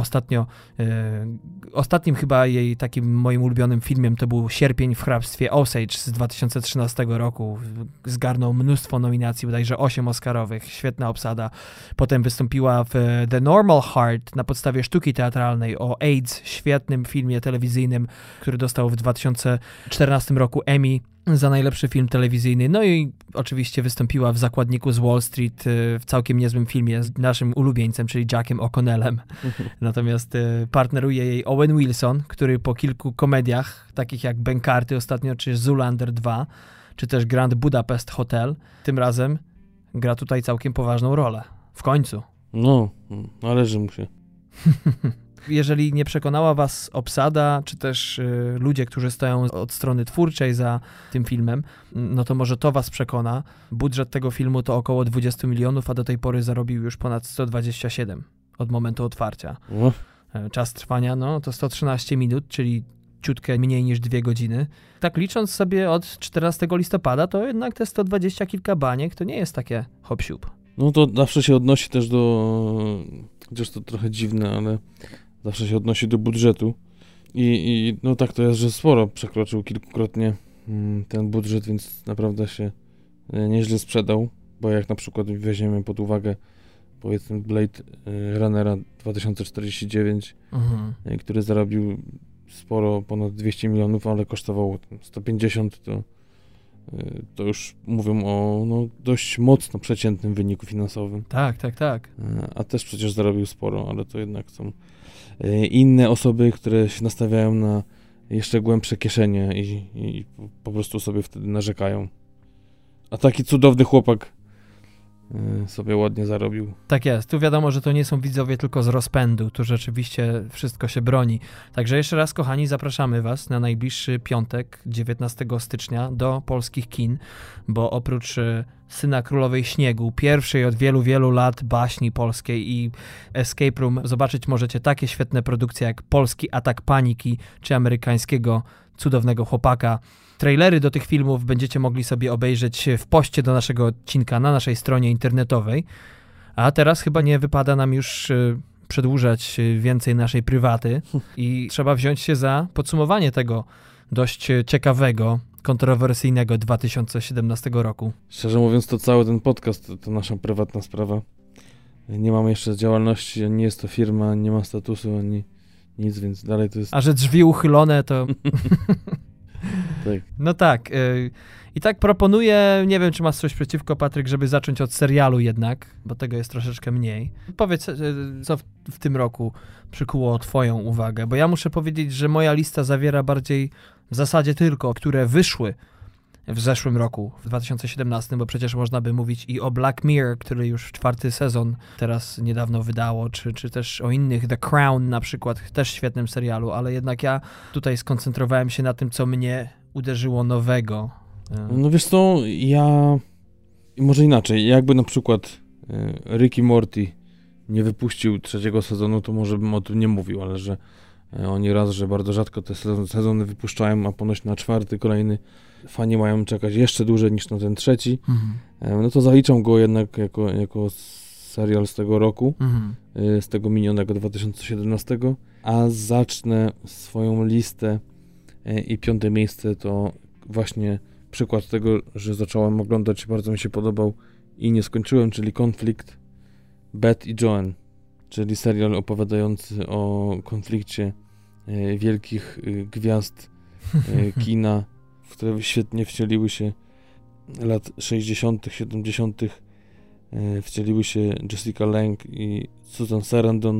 ostatnim chyba jej takim moim ulubionym filmem to był Sierpień w hrabstwie Osage z 2013 roku. Zgarnął mnóstwo nominacji, bodajże 8 Oscarowych, świetna obsada. Potem wystąpiła w The Normal Heart na podstawie sztuki teatralnej o AIDS, świetnym filmie telewizyjnym, który dostał w 2014 roku Emmy za najlepszy film telewizyjny. No i oczywiście wystąpiła w Zakładniku z Wall Street w całkiem niezłym filmie z naszym ulubieńcem, czyli Jackiem O'Connellem. Natomiast partneruje jej Owen Wilson, który po kilku komediach, takich jak Bękarty ostatnio, czy Zoolander 2, czy też Grand Budapest Hotel, tym razem gra tutaj całkiem poważną rolę. W końcu. No, należy mu się. Jeżeli nie przekonała was obsada, czy też ludzie, którzy stoją od strony twórczej za tym filmem, no to może to was przekona. Budżet tego filmu to około 20 milionów, a do tej pory zarobił już ponad 127 od momentu otwarcia. Czas trwania, no to 113 minut, czyli ciutkę mniej niż 2 godziny. Tak licząc sobie od 14 listopada, to jednak te 120 kilka baniek to nie jest takie hop-siup. No to zawsze się odnosi też do, chociaż to trochę dziwne, ale zawsze się odnosi do budżetu i no tak to jest, że sporo przekroczył kilkukrotnie ten budżet, więc naprawdę się nieźle sprzedał, bo jak na przykład weźmiemy pod uwagę powiedzmy Blade Runnera 2049, który zarobił sporo, ponad 200 milionów, ale kosztował 150, to już mówią o dość mocno przeciętnym wyniku finansowym. Tak. A też przecież zarobił sporo, ale to jednak są inne osoby, które się nastawiają na jeszcze głębsze kieszenie i po prostu sobie wtedy narzekają. A taki cudowny chłopak sobie ładnie zarobił. Tak jest. Tu wiadomo, że to nie są widzowie tylko z rozpędu. Tu rzeczywiście wszystko się broni. Także jeszcze raz, kochani, zapraszamy was na najbliższy piątek, 19 stycznia do polskich kin, bo oprócz Syna Królowej Śniegu, pierwszej od wielu, wielu lat baśni polskiej i Escape Room, zobaczyć możecie takie świetne produkcje jak Polski Atak Paniki czy amerykańskiego Cudownego Chłopaka. Trailery do tych filmów będziecie mogli sobie obejrzeć w poście do naszego odcinka na naszej stronie internetowej. A teraz chyba nie wypada nam już przedłużać więcej naszej prywaty i trzeba wziąć się za podsumowanie tego dość ciekawego, kontrowersyjnego 2017 roku? Szczerze mówiąc, to cały ten podcast to nasza prywatna sprawa. Nie mamy jeszcze działalności, nie jest to firma, nie ma statusu, ani nic, więc dalej to jest... A że drzwi uchylone, to... Tak. No tak. I tak proponuję, nie wiem, czy masz coś przeciwko, Patryk, żeby zacząć od serialu jednak, bo tego jest troszeczkę mniej. Powiedz, co w tym roku przykuło twoją uwagę, bo ja muszę powiedzieć, że moja lista zawiera bardziej w zasadzie tylko, które wyszły w zeszłym roku, w 2017, bo przecież można by mówić i o Black Mirror, który już 4. sezon teraz niedawno wydało, czy też o innych, The Crown na przykład, też świetnym serialu, ale jednak ja tutaj skoncentrowałem się na tym, co mnie uderzyło nowego. No wiesz co, może inaczej, jakby na przykład Rick i Morty nie wypuścił 3. sezonu, to może bym o tym nie mówił, ale że oni że bardzo rzadko te sezony wypuszczają, a ponoć na 4. kolejny fani mają czekać jeszcze dłużej niż na ten 3. No to zaliczam go jednak jako serial z tego roku, z tego minionego 2017, a zacznę swoją listę i 5. miejsce to właśnie przykład tego, że zacząłem oglądać, bardzo mi się podobał i nie skończyłem, czyli Konflikt Beth i Joan, czyli serial opowiadający o konflikcie wielkich gwiazd kina, w które świetnie wcieliły się lat 60., 70., wcieliły się Jessica Lange i Susan Sarandon.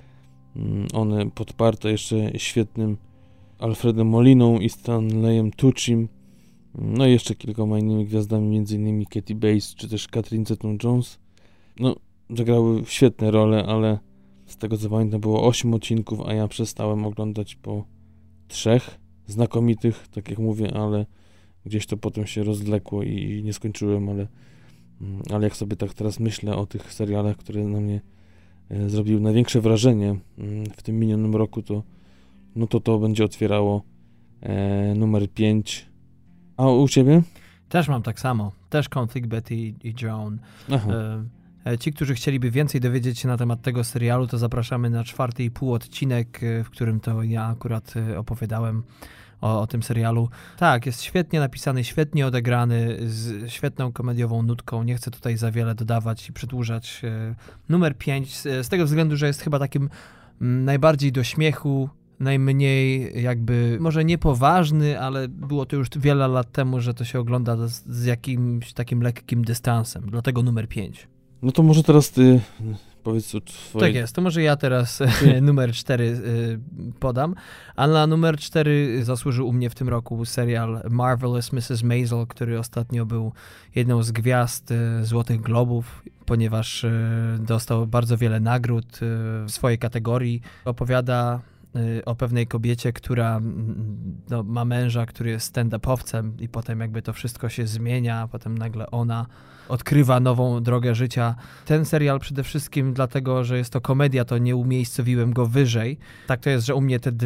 One podparte jeszcze świetnym Alfredem Moliną i Stanleyem Tucim, no i jeszcze kilkoma innymi gwiazdami, między innymi Katie Bates czy też Catherine Zeta-Jones. No, zagrały świetne role, ale z tego co pamiętam było 8 odcinków, a ja przestałem oglądać po 3 znakomitych, tak jak mówię, ale gdzieś to potem się rozwlekło i nie skończyłem, ale jak sobie tak teraz myślę o tych serialach, które na mnie zrobiły największe wrażenie w tym minionym roku, to będzie otwierało numer 5. A u ciebie? Też mam tak samo. Też Konflikt Betty i Joan. Ci, którzy chcieliby więcej dowiedzieć się na temat tego serialu, to zapraszamy na 4,5 odcinek, w którym to ja akurat opowiadałem o tym serialu. Tak, jest świetnie napisany, świetnie odegrany, z świetną komediową nutką. Nie chcę tutaj za wiele dodawać i przedłużać. Numer 5, z tego względu, że jest chyba takim najbardziej do śmiechu, najmniej jakby, może niepoważny, ale było to już wiele lat temu, że to się ogląda z jakimś takim lekkim dystansem. Dlatego numer 5. No to może teraz ty powiedz o twojej... Tak jest, to może ja teraz numer 4 podam. A na numer 4 zasłużył u mnie w tym roku serial Marvelous Mrs. Maisel, który ostatnio był jedną z gwiazd Złotych Globów, ponieważ dostał bardzo wiele nagród w swojej kategorii. Opowiada o pewnej kobiecie, która ma męża, który jest stand-upowcem i potem jakby to wszystko się zmienia, a potem nagle ona odkrywa nową drogę życia. Ten serial przede wszystkim dlatego, że jest to komedia, to nie umiejscowiłem go wyżej. Tak to jest, że u mnie te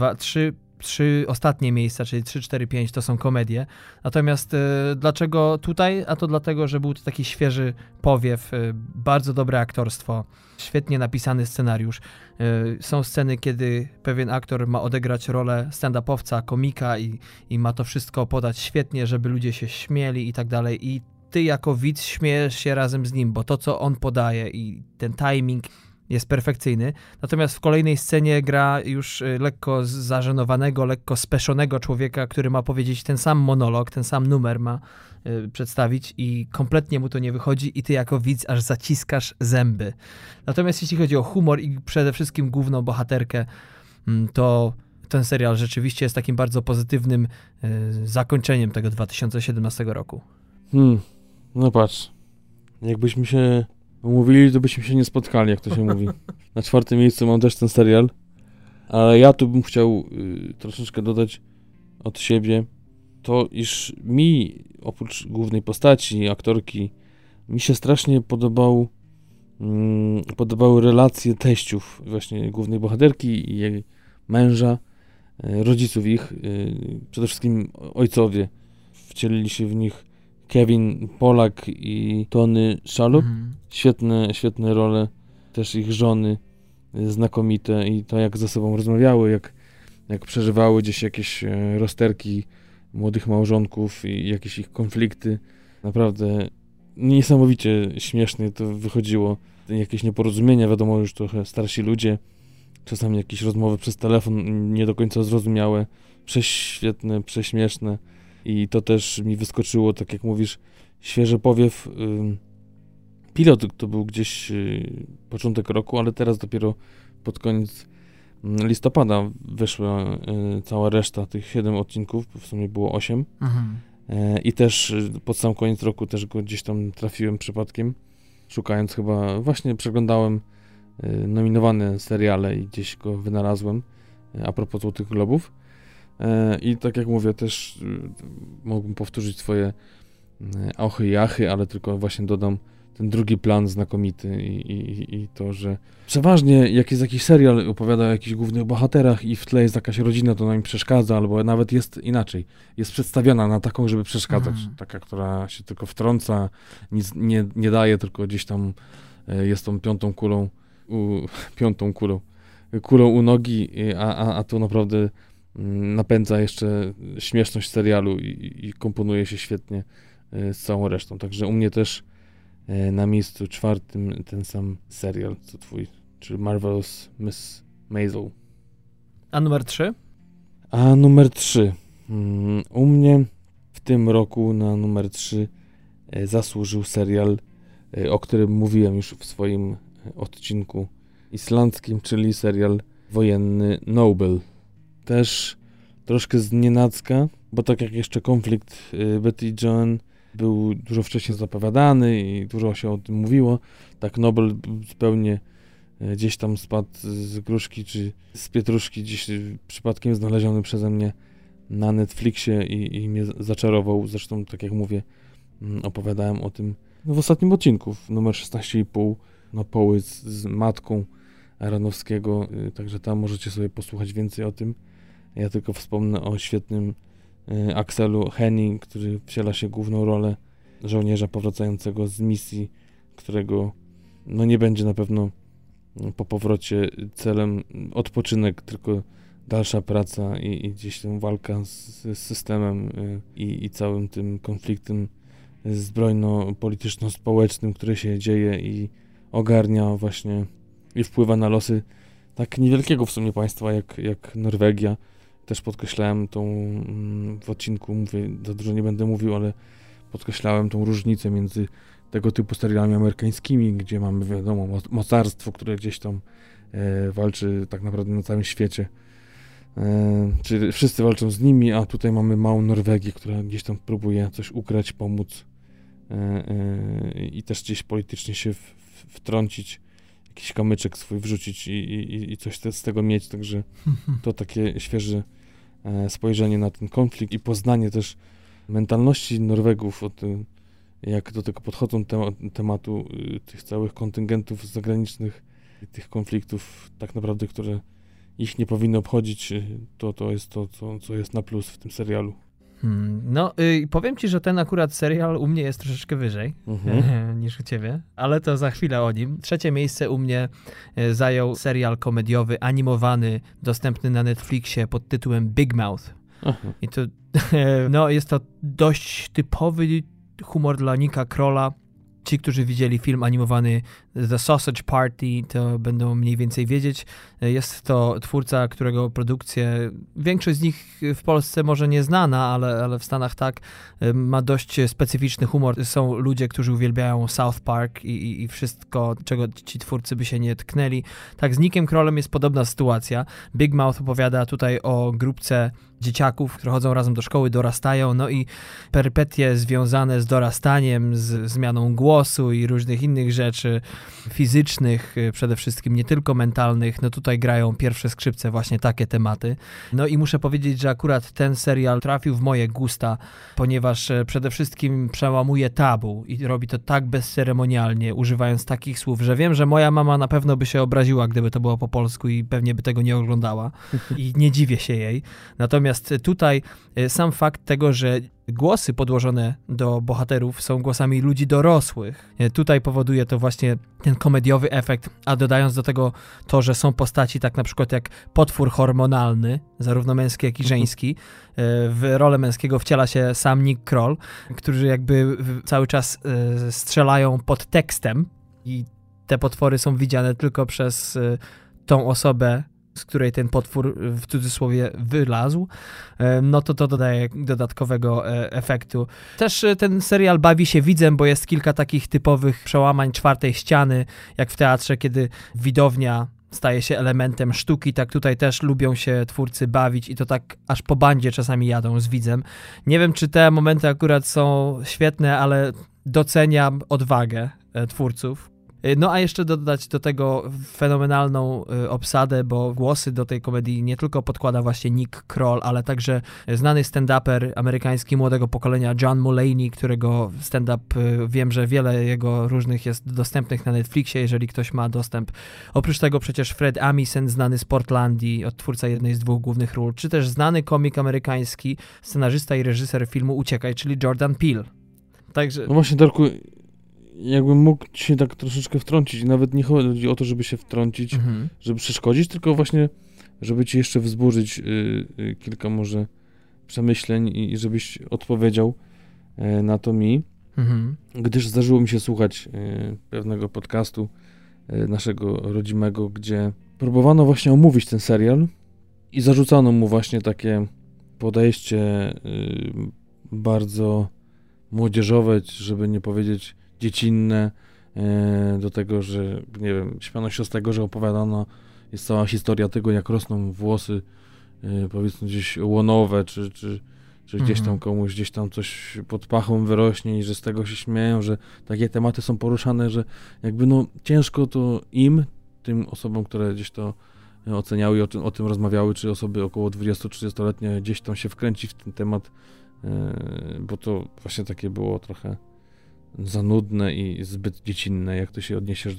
trzy ostatnie miejsca, czyli 3, 4, 5 to są komedie. Natomiast dlaczego tutaj? A to dlatego, że był to taki świeży powiew, bardzo dobre aktorstwo, świetnie napisany scenariusz. Są sceny, kiedy pewien aktor ma odegrać rolę stand-upowca, komika i ma to wszystko podać świetnie, żeby ludzie się śmieli i tak dalej. I ty jako widz śmiejesz się razem z nim, bo to, co on podaje i ten timing jest perfekcyjny. Natomiast w kolejnej scenie gra już lekko zażenowanego, lekko speszonego człowieka, który ma powiedzieć ten sam monolog, ten sam numer ma przedstawić i kompletnie mu to nie wychodzi i ty jako widz aż zaciskasz zęby. Natomiast jeśli chodzi o humor i przede wszystkim główną bohaterkę, to ten serial rzeczywiście jest takim bardzo pozytywnym zakończeniem tego 2017 roku. No patrz, jakbyśmy się umówili, to byśmy się nie spotkali, jak to się mówi. Na 4. miejscu mam też ten serial, ale ja tu bym chciał troszeczkę dodać od siebie to, iż mi, oprócz głównej postaci, aktorki, mi się strasznie podobały relacje teściów właśnie głównej bohaterki i jej męża, rodziców ich, przede wszystkim ojcowie. Wcielili się w nich Kevin Pollak i Tony Shalhoub. Świetne role, też ich żony znakomite i to jak ze sobą rozmawiały, jak przeżywały gdzieś jakieś rozterki młodych małżonków i jakieś ich konflikty. Naprawdę niesamowicie śmiesznie to wychodziło. Jakieś nieporozumienia, wiadomo, już trochę starsi ludzie. Czasami jakieś rozmowy przez telefon nie do końca zrozumiałe. Prześwietne, prześmieszne. I to też mi wyskoczyło, tak jak mówisz, świeży powiew. Pilot to był gdzieś początek roku, ale teraz dopiero pod koniec listopada wyszła cała reszta tych 7 odcinków, w sumie było 8. I też pod sam koniec roku też go gdzieś tam trafiłem przypadkiem, szukając chyba, właśnie przeglądałem nominowane seriale i gdzieś go wynalazłem a propos Złotych Globów. I tak jak mówię, też mógłbym powtórzyć swoje ochy i achy, ale tylko właśnie dodam ten drugi plan znakomity i to, że przeważnie jak jest jakiś serial, opowiada o jakichś głównych bohaterach i w tle jest jakaś rodzina, to nam przeszkadza, albo nawet jest inaczej. Jest przedstawiona na taką, żeby przeszkadzać. Taka, która się tylko wtrąca, nic nie daje, tylko gdzieś tam jest tą kulą u nogi, a to naprawdę napędza jeszcze śmieszność serialu i komponuje się świetnie z całą resztą. Także u mnie też na miejscu 4 ten sam serial, co twój, czyli Marvelous Miss Maisel. A numer 3? A numer 3. U mnie w tym roku na numer 3 zasłużył serial, o którym mówiłem już w swoim odcinku islandzkim, czyli serial wojenny Noble. Też troszkę znienacka, bo tak jak jeszcze konflikt Betty i Joan był dużo wcześniej zapowiadany i dużo się o tym mówiło, tak Noble zupełnie gdzieś tam spadł z gruszki czy z pietruszki, gdzieś przypadkiem znaleziony przeze mnie na Netflixie i mnie zaczarował. Zresztą, tak jak mówię, opowiadałem o tym w ostatnim odcinku, numer 16,5, na poły z matką Aronofskiego, także tam możecie sobie posłuchać więcej o tym. Ja tylko wspomnę o świetnym Axelu Henning, który wciela się główną rolę żołnierza powracającego z misji, którego nie będzie na pewno po powrocie celem odpoczynek, tylko dalsza praca i gdzieś tam walka z systemem i całym tym konfliktem zbrojno-polityczno-społecznym, który się dzieje i ogarnia właśnie i wpływa na losy tak niewielkiego w sumie państwa jak Norwegia. Też podkreślałem w odcinku, mówię, za dużo nie będę mówił, ale podkreślałem tą różnicę między tego typu serialami amerykańskimi, gdzie mamy, wiadomo, mocarstwo, które gdzieś tam walczy tak naprawdę na całym świecie. Czyli wszyscy walczą z nimi, a tutaj mamy małą Norwegię, która gdzieś tam próbuje coś ukrać, pomóc i też gdzieś politycznie się wtrącić, jakiś kamyczek swój wrzucić i coś z tego mieć, także to takie świeże spojrzenie na ten konflikt i poznanie też mentalności Norwegów, o tym, jak do tego podchodzą tematu tych całych kontyngentów zagranicznych, tych konfliktów tak naprawdę, które ich nie powinno obchodzić, to jest to, co jest na plus w tym serialu. Powiem ci, że ten akurat serial u mnie jest troszeczkę wyżej niż u ciebie, ale to za chwilę o nim. 3. miejsce u mnie zajął serial komediowy, animowany, dostępny na Netflixie pod tytułem Big Mouth. I to jest to dość typowy humor dla Nicka Krolla. Ci, którzy widzieli film animowany The Sausage Party, to będą mniej więcej wiedzieć. Jest to twórca, którego produkcje, większość z nich w Polsce może nie znana, ale w Stanach tak, ma dość specyficzny humor. Są ludzie, którzy uwielbiają South Park i wszystko, czego ci twórcy by się nie tknęli. Tak, z Nickiem Krollem jest podobna sytuacja. Big Mouth opowiada tutaj o grupce dzieciaków, które chodzą razem do szkoły, dorastają, i perypetie związane z dorastaniem, z zmianą głosu i różnych innych rzeczy fizycznych, przede wszystkim nie tylko mentalnych, tutaj grają pierwsze skrzypce właśnie takie tematy. I muszę powiedzieć, że akurat ten serial trafił w moje gusta, ponieważ przede wszystkim przełamuje tabu i robi to tak bezceremonialnie, używając takich słów, że wiem, że moja mama na pewno by się obraziła, gdyby to było po polsku i pewnie by tego nie oglądała i nie dziwię się jej. Natomiast tutaj sam fakt tego, że głosy podłożone do bohaterów są głosami ludzi dorosłych. Tutaj powoduje to właśnie ten komediowy efekt, a dodając do tego to, że są postaci tak na przykład jak potwór hormonalny, zarówno męski, jak i żeński. W rolę męskiego wciela się sam Nick Kroll, którzy jakby cały czas strzelają pod tekstem i te potwory są widziane tylko przez tą osobę, z której ten potwór w cudzysłowie wylazł, no to dodaje dodatkowego efektu. Też ten serial bawi się widzem, bo jest kilka takich typowych przełamań czwartej ściany, jak w teatrze, kiedy widownia staje się elementem sztuki, tak tutaj też lubią się twórcy bawić i to tak aż po bandzie czasami jadą z widzem. Nie wiem, czy te momenty akurat są świetne, ale doceniam odwagę twórców. No a jeszcze dodać do tego fenomenalną obsadę, bo głosy do tej komedii nie tylko podkłada właśnie Nick Kroll, ale także znany stand-uper amerykański młodego pokolenia John Mulaney, którego stand-up wiem, że wiele jego różnych jest dostępnych na Netflixie, jeżeli ktoś ma dostęp. Oprócz tego przecież Fred Armisen, znany z Portlandii, odtwórca jednej z 2 głównych ról, czy też znany komik amerykański, scenarzysta i reżyser filmu Uciekaj, czyli Jordan Peele. Także... No właśnie, Darku, jakbym mógł się tak troszeczkę wtrącić. Nawet nie chodzi o to, żeby się wtrącić, żeby przeszkodzić, tylko właśnie, żeby ci jeszcze wzburzyć kilka może przemyśleń i żebyś odpowiedział na to mi. Gdyż zdarzyło mi się słuchać pewnego podcastu naszego rodzimego, gdzie próbowano właśnie omówić ten serial i zarzucano mu właśnie takie podejście bardzo młodzieżowe, żeby nie powiedzieć dziecinne, do tego, że nie wiem, śmiano się z tego, że opowiadana jest cała historia tego, jak rosną włosy, powiedzmy gdzieś łonowe, czy gdzieś tam komuś gdzieś tam coś pod pachą wyrośnie i że z tego się śmieją, że takie tematy są poruszane, że jakby no ciężko to tym osobom, które gdzieś to oceniały i o tym rozmawiały, czy osoby około 20-30-letnie gdzieś tam się wkręci w ten temat, bo to właśnie takie było trochę za nudne i zbyt dziecinne. Jak ty się odniesiesz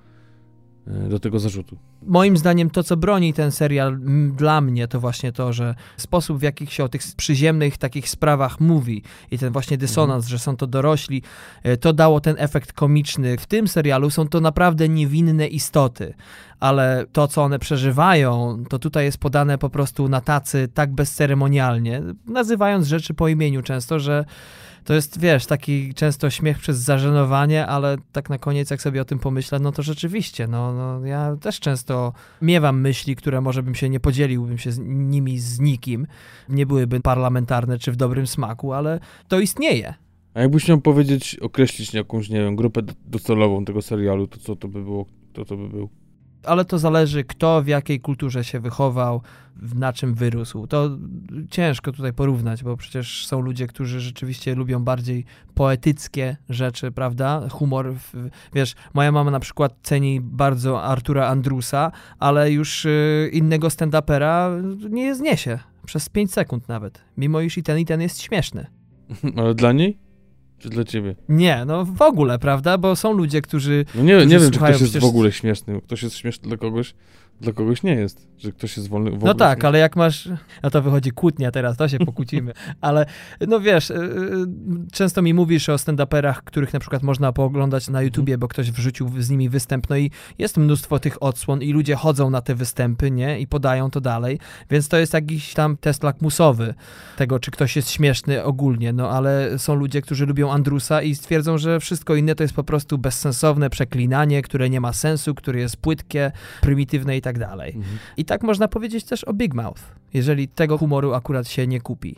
do tego zarzutu? Moim zdaniem to, co broni ten serial dla mnie, to właśnie to, że sposób, w jaki się o tych przyziemnych takich sprawach mówi i ten właśnie dysonans, że są to dorośli, to dało ten efekt komiczny. W tym serialu są to naprawdę niewinne istoty, ale to, co one przeżywają, to tutaj jest podane po prostu na tacy tak bezceremonialnie, nazywając rzeczy po imieniu często, że to jest, wiesz, taki często śmiech przez zażenowanie, ale tak na koniec, jak sobie o tym pomyślę, no to rzeczywiście, no ja też często miewam myśli, które może bym się nie podzieliłbym się nimi z nikim, nie byłyby parlamentarne czy w dobrym smaku, ale to istnieje. A jakbyś miał powiedzieć, określić jakąś, nie wiem, grupę docelową tego serialu, to co to by było? Kto to by był? Ale to zależy, kto w jakiej kulturze się wychował, na czym wyrósł. To ciężko tutaj porównać, bo przecież są ludzie, którzy rzeczywiście lubią bardziej poetyckie rzeczy, prawda? Humor, wiesz, moja mama na przykład ceni bardzo Artura Andrusa, ale już innego stand-upera nie zniesie. Przez 5 sekund nawet. Mimo iż i ten jest śmieszny. Ale dla niej? Czy dla ciebie? Nie, no w ogóle, prawda? Bo są ludzie, którzy... No nie wiem, czy ktoś jest w ogóle śmieszny. Ktoś jest śmieszny dla kogoś nie jest. Że ktoś jest wolny. No tak, śmieszny. Ale jak masz... No to wychodzi kłótnia teraz, to się pokłócimy. Ale no wiesz, często mi mówisz o stand-uperach, których na przykład można pooglądać na YouTubie, bo ktoś wrzucił z nimi występ, no i jest mnóstwo tych odsłon i ludzie chodzą na te występy, nie? I podają to dalej. Więc to jest jakiś tam test lakmusowy tego, czy ktoś jest śmieszny ogólnie, no ale są ludzie, którzy lubią Andrusa i stwierdzą, że wszystko inne to jest po prostu bezsensowne przeklinanie, które nie ma sensu, które jest płytkie, prymitywne i tak dalej. I tak można powiedzieć też o Big Mouth, jeżeli tego humoru akurat się nie kupi.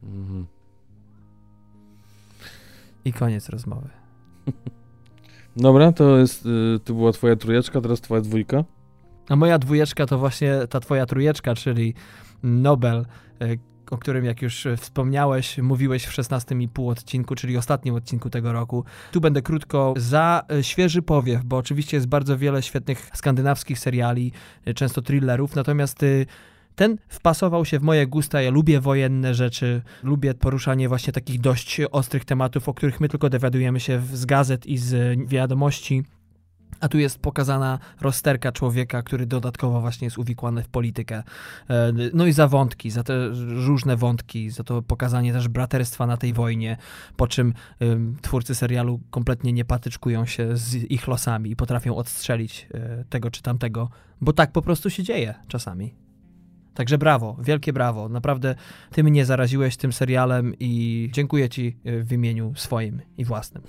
I koniec rozmowy. Dobra, to była twoja trójeczka, teraz twoja dwójka. A moja dwójeczka to właśnie ta twoja trójeczka, czyli Nobel, o którym, jak już wspomniałeś, mówiłeś w 16,5 odcinku, czyli ostatnim odcinku tego roku. Tu będę krótko za świeży powiew, bo oczywiście jest bardzo wiele świetnych skandynawskich seriali, często thrillerów, natomiast ten wpasował się w moje gusta. Ja lubię wojenne rzeczy, lubię poruszanie właśnie takich dość ostrych tematów, o których my tylko dowiadujemy się z gazet i z wiadomości. A tu jest pokazana rozterka człowieka, który dodatkowo właśnie jest uwikłany w politykę. No i za wątki, za te różne wątki, za to pokazanie też braterstwa na tej wojnie, po czym twórcy serialu kompletnie nie patyczkują się z ich losami i potrafią odstrzelić tego czy tamtego, bo tak po prostu się dzieje czasami. Także brawo, wielkie brawo. Naprawdę ty mnie zaraziłeś tym serialem i dziękuję ci w imieniu swoim i własnym.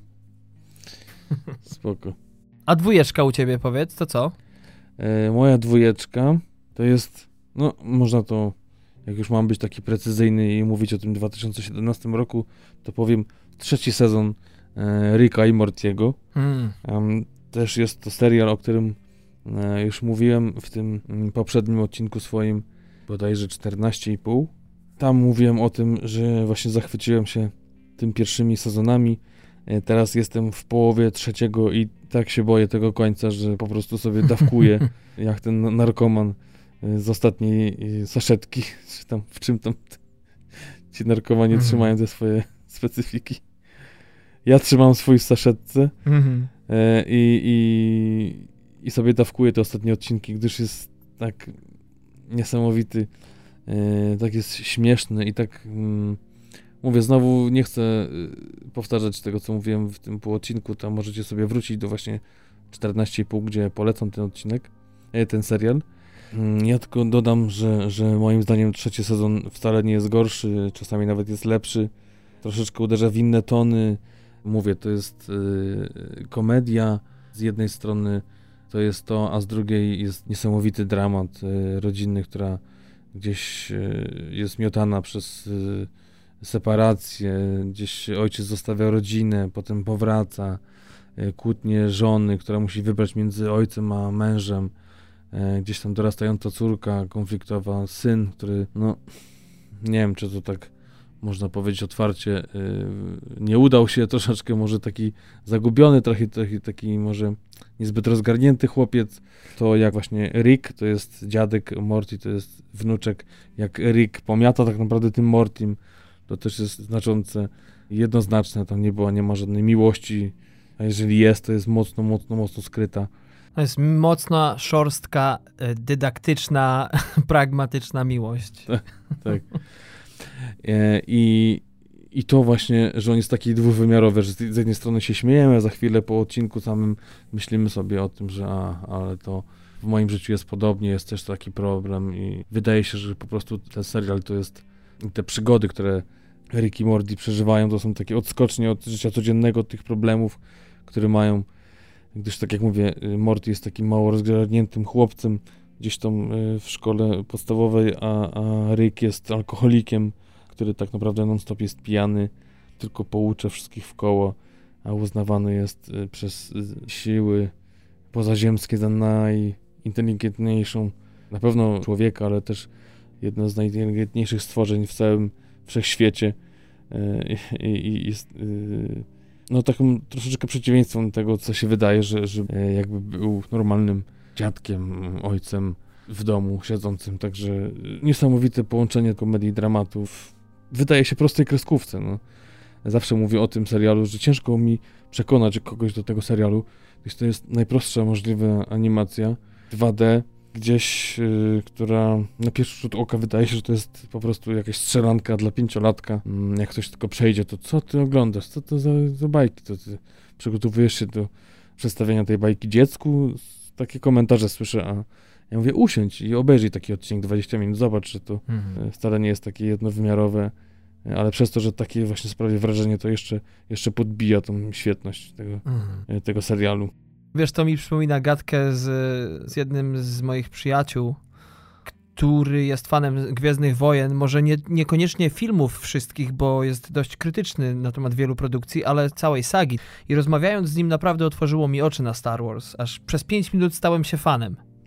Spoko. A 2 u ciebie, powiedz, to co? Moja 2 to jest, no można to, jak już mam być taki precyzyjny i mówić o tym 2017 roku, to powiem 3. sezon Ricka i Mortiego. Też jest to serial, o którym już mówiłem w tym poprzednim odcinku swoim, bodajże 14,5. Tam mówiłem o tym, że właśnie zachwyciłem się tym pierwszymi sezonami. Teraz jestem w połowie 3. i tak się boję tego końca, że po prostu sobie dawkuję jak ten narkoman z ostatniej saszetki, czy tam w czym tam ci narkomani trzymają te swoje specyfiki. Ja trzymam swój w saszetce i sobie dawkuję te ostatnie odcinki, gdyż jest tak niesamowity, tak jest śmieszny i tak... Mówię, znowu nie chcę powtarzać tego, co mówiłem w tym półodcinku, tam możecie sobie wrócić do właśnie 14,5, gdzie polecam ten odcinek, ten serial. Ja tylko dodam, że moim zdaniem 3. sezon wcale nie jest gorszy, czasami nawet jest lepszy, troszeczkę uderza w inne tony. Mówię, to jest komedia, z jednej strony to jest to, a z drugiej jest niesamowity dramat rodzinny, która gdzieś jest miotana przez... separację, gdzieś ojciec zostawia rodzinę, potem powraca, kłótnie żony, która musi wybrać między ojcem a mężem, gdzieś tam dorastająca córka konfliktowa, syn, który, no, nie wiem, czy to tak można powiedzieć otwarcie, nie udał się, troszeczkę może taki zagubiony, trochę taki może niezbyt rozgarnięty chłopiec, to jak właśnie Rick, to jest dziadek, Morty to jest wnuczek, jak Rick pomiata tak naprawdę tym Mortym, to też jest znaczące, jednoznaczne, tam nie ma żadnej miłości, a jeżeli jest, to jest mocno skryta. To jest mocna, szorstka, dydaktyczna, pragmatyczna miłość. Tak. I to właśnie, że on jest taki dwuwymiarowy, że z jednej strony się śmiejemy, a za chwilę po odcinku samym myślimy sobie o tym, że ale to w moim życiu jest podobnie, jest też taki problem i wydaje się, że po prostu ten serial to jest te przygody, które Rick i Morty przeżywają, to są takie odskocznie od życia codziennego, od tych problemów, które mają, gdyż tak jak mówię, Morty jest takim mało rozgarniętym chłopcem gdzieś tam w szkole podstawowej, a Rick jest alkoholikiem, który tak naprawdę non-stop jest pijany, tylko poucza wszystkich w koło, a uznawany jest przez siły pozaziemskie za najinteligentniejszą na pewno człowieka, ale też jedno z najinteligentniejszych stworzeń w całym wszechświecie i jest no takim troszeczkę przeciwieństwem tego, co się wydaje, że jakby był normalnym dziadkiem, ojcem w domu siedzącym, także niesamowite połączenie komedii i dramatów. Wydaje się prostej kreskówce, no. Zawsze mówię o tym serialu, że ciężko mi przekonać kogoś do tego serialu, gdyż to jest najprostsza możliwa animacja 2D, gdzieś, która na pierwszy rzut oka wydaje się, że to jest po prostu jakaś strzelanka dla 5-latka. Jak ktoś tylko przejdzie, to co ty oglądasz? Co to za bajki? To ty przygotowujesz się do przedstawienia tej bajki dziecku? Takie komentarze słyszę, a ja mówię, usiądź i obejrzyj taki odcinek 20 minut, zobacz, że to wcale nie jest takie jednowymiarowe, ale przez to, że takie właśnie sprawia wrażenie, to jeszcze podbija tą świetność tego serialu. Wiesz, to mi przypomina gadkę z jednym z moich przyjaciół, który jest fanem Gwiezdnych Wojen, może niekoniecznie filmów wszystkich, bo jest dość krytyczny na temat wielu produkcji, ale całej sagi. I rozmawiając z nim naprawdę otworzyło mi oczy na Star Wars, aż przez 5 minut stałem się fanem. No.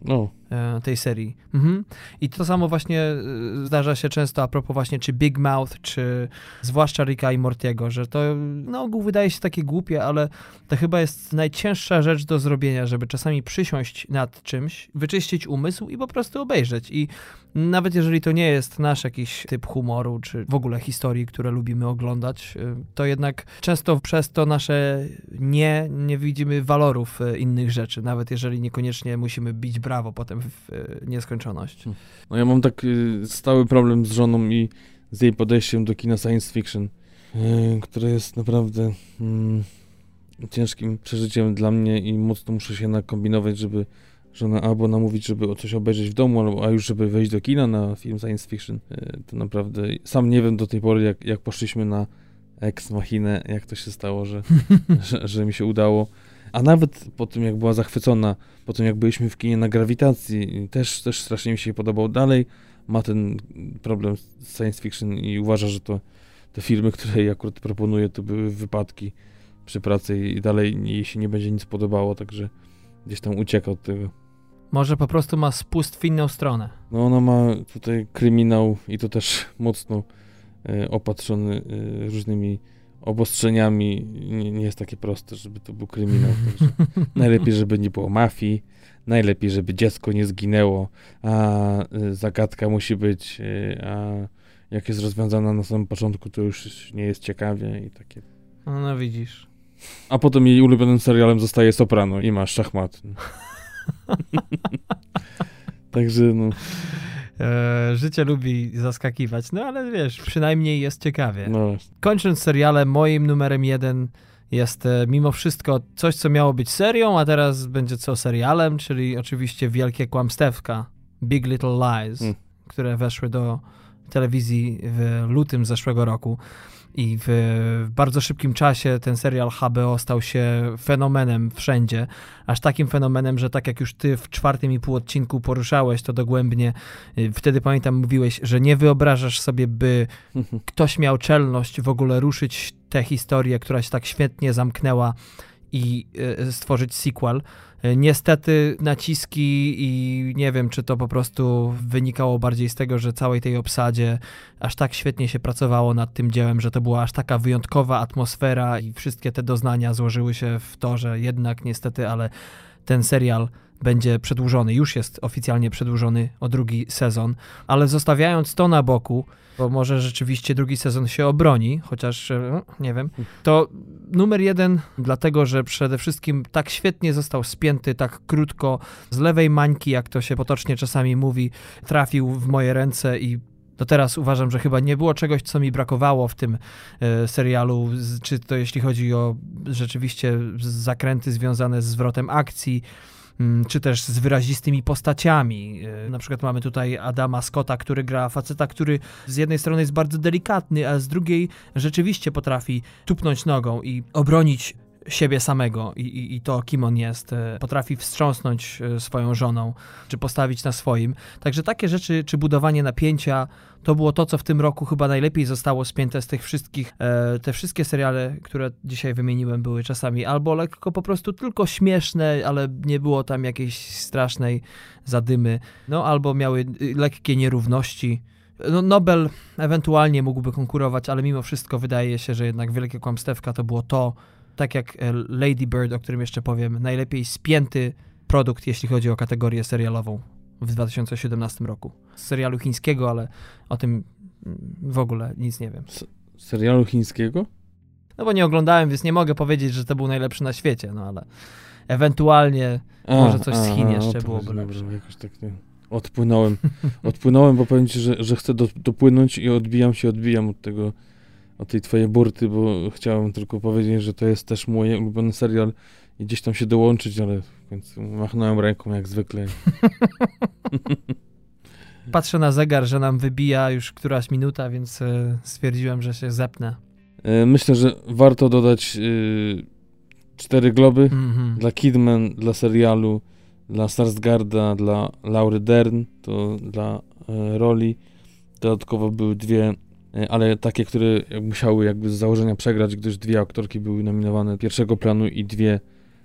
tej serii. I to samo właśnie zdarza się często a propos właśnie czy Big Mouth, czy zwłaszcza Ricka i Mortiego, że to na ogół wydaje się takie głupie, ale to chyba jest najcięższa rzecz do zrobienia, żeby czasami przysiąść nad czymś, wyczyścić umysł i po prostu obejrzeć. I nawet jeżeli to nie jest nasz jakiś typ humoru, czy w ogóle historii, które lubimy oglądać, to jednak często przez to nasze nie widzimy walorów innych rzeczy, nawet jeżeli niekoniecznie musimy bić brawo potem w nieskończoność. No ja mam tak stały problem z żoną i z jej podejściem do kina science fiction, które jest naprawdę ciężkim przeżyciem dla mnie i mocno muszę się nakombinować, żeby żona albo namówić, żeby coś obejrzeć w domu, a już żeby wejść do kina na film science fiction. To naprawdę sam nie wiem do tej pory, jak poszliśmy na Ex Machinę, jak to się stało, że mi się udało. A nawet po tym, jak była zachwycona, po tym, jak byliśmy w kinie na Grawitacji, też strasznie mi się podobał. Dalej ma ten problem z science fiction i uważa, że to te filmy, które jej akurat proponuje, to były wypadki przy pracy i dalej jej się nie będzie nic podobało, także gdzieś tam ucieka od tego. Może po prostu ma spust w inną stronę. No ona ma tutaj kryminał i to też mocno opatrzony różnymi obostrzeniami. Nie jest takie proste, żeby to był kryminał. Także najlepiej, żeby nie było mafii, najlepiej, żeby dziecko nie zginęło, a zagadka musi być, a jak jest rozwiązana na samym początku, to już nie jest ciekawie i takie. No widzisz. A potem jej ulubionym serialem zostaje Soprano i masz szachmat. Także no. Życie lubi zaskakiwać, no ale wiesz, przynajmniej jest ciekawie. No. Kończąc seriale, moim numerem 1 jest mimo wszystko coś, co miało być serią, a teraz będzie co serialem, czyli oczywiście Wielkie Kłamstewka, Big Little Lies, które weszły do telewizji w lutym zeszłego roku. I w bardzo szybkim czasie ten serial HBO stał się fenomenem wszędzie. Aż takim fenomenem, że tak jak już ty w 4,5 odcinku poruszałeś to dogłębnie, wtedy pamiętam mówiłeś, że nie wyobrażasz sobie, by ktoś miał czelność w ogóle ruszyć tę historię, która się tak świetnie zamknęła i stworzyć sequel. Niestety naciski i nie wiem, czy to po prostu wynikało bardziej z tego, że całej tej obsadzie aż tak świetnie się pracowało nad tym dziełem, że to była aż taka wyjątkowa atmosfera i wszystkie te doznania złożyły się w to, że jednak niestety, ale ten serial będzie przedłużony, już jest oficjalnie przedłużony o drugi sezon, ale zostawiając to na boku, bo może rzeczywiście drugi sezon się obroni, chociaż nie wiem, to numer 1 dlatego, że przede wszystkim tak świetnie został spięty, tak krótko, z lewej mańki, jak to się potocznie czasami mówi, trafił w moje ręce i do teraz uważam, że chyba nie było czegoś, co mi brakowało w tym serialu, czy to jeśli chodzi o rzeczywiście zakręty związane z zwrotem akcji, czy też z wyrazistymi postaciami. Na przykład mamy tutaj Adama Scotta, który gra faceta, który z jednej strony jest bardzo delikatny, a z drugiej rzeczywiście potrafi tupnąć nogą i obronić siebie samego i to, kim on jest. Potrafi wstrząsnąć swoją żoną, czy postawić na swoim. Także takie rzeczy, czy budowanie napięcia, to było to, co w tym roku chyba najlepiej zostało spięte z tych wszystkich. Te wszystkie seriale, które dzisiaj wymieniłem, były czasami albo lekko po prostu tylko śmieszne, ale nie było tam jakiejś strasznej zadymy, no albo miały lekkie nierówności. No, Nobel ewentualnie mógłby konkurować, ale mimo wszystko wydaje się, że jednak Wielkie Kłamstewka to było to, tak jak Lady Bird, o którym jeszcze powiem, najlepiej spięty produkt, jeśli chodzi o kategorię serialową w 2017 roku. Z serialu chińskiego, ale o tym w ogóle nic nie wiem. Serialu chińskiego? No bo nie oglądałem, więc nie mogę powiedzieć, że to był najlepszy na świecie, no ale ewentualnie może coś z Chin jeszcze byłoby lepsze. Jakoś tak odpłynąłem, bo powiem ci, że chcę dopłynąć i odbijam od tej twojej burty, bo chciałem tylko powiedzieć, że to jest też mój ulubiony serial i gdzieś tam się dołączyć, ale w końcu machnąłem ręką jak zwykle. Patrzę na zegar, że nam wybija już któraś minuta, więc stwierdziłem, że się zepnę. Myślę, że warto dodać 4 globy dla Kidman, dla serialu, dla Sarsgaarda, dla Laury Dern, to dla roli. Dodatkowo były 2, ale takie, które musiały jakby z założenia przegrać, gdyż 2 aktorki były nominowane pierwszego planu i 2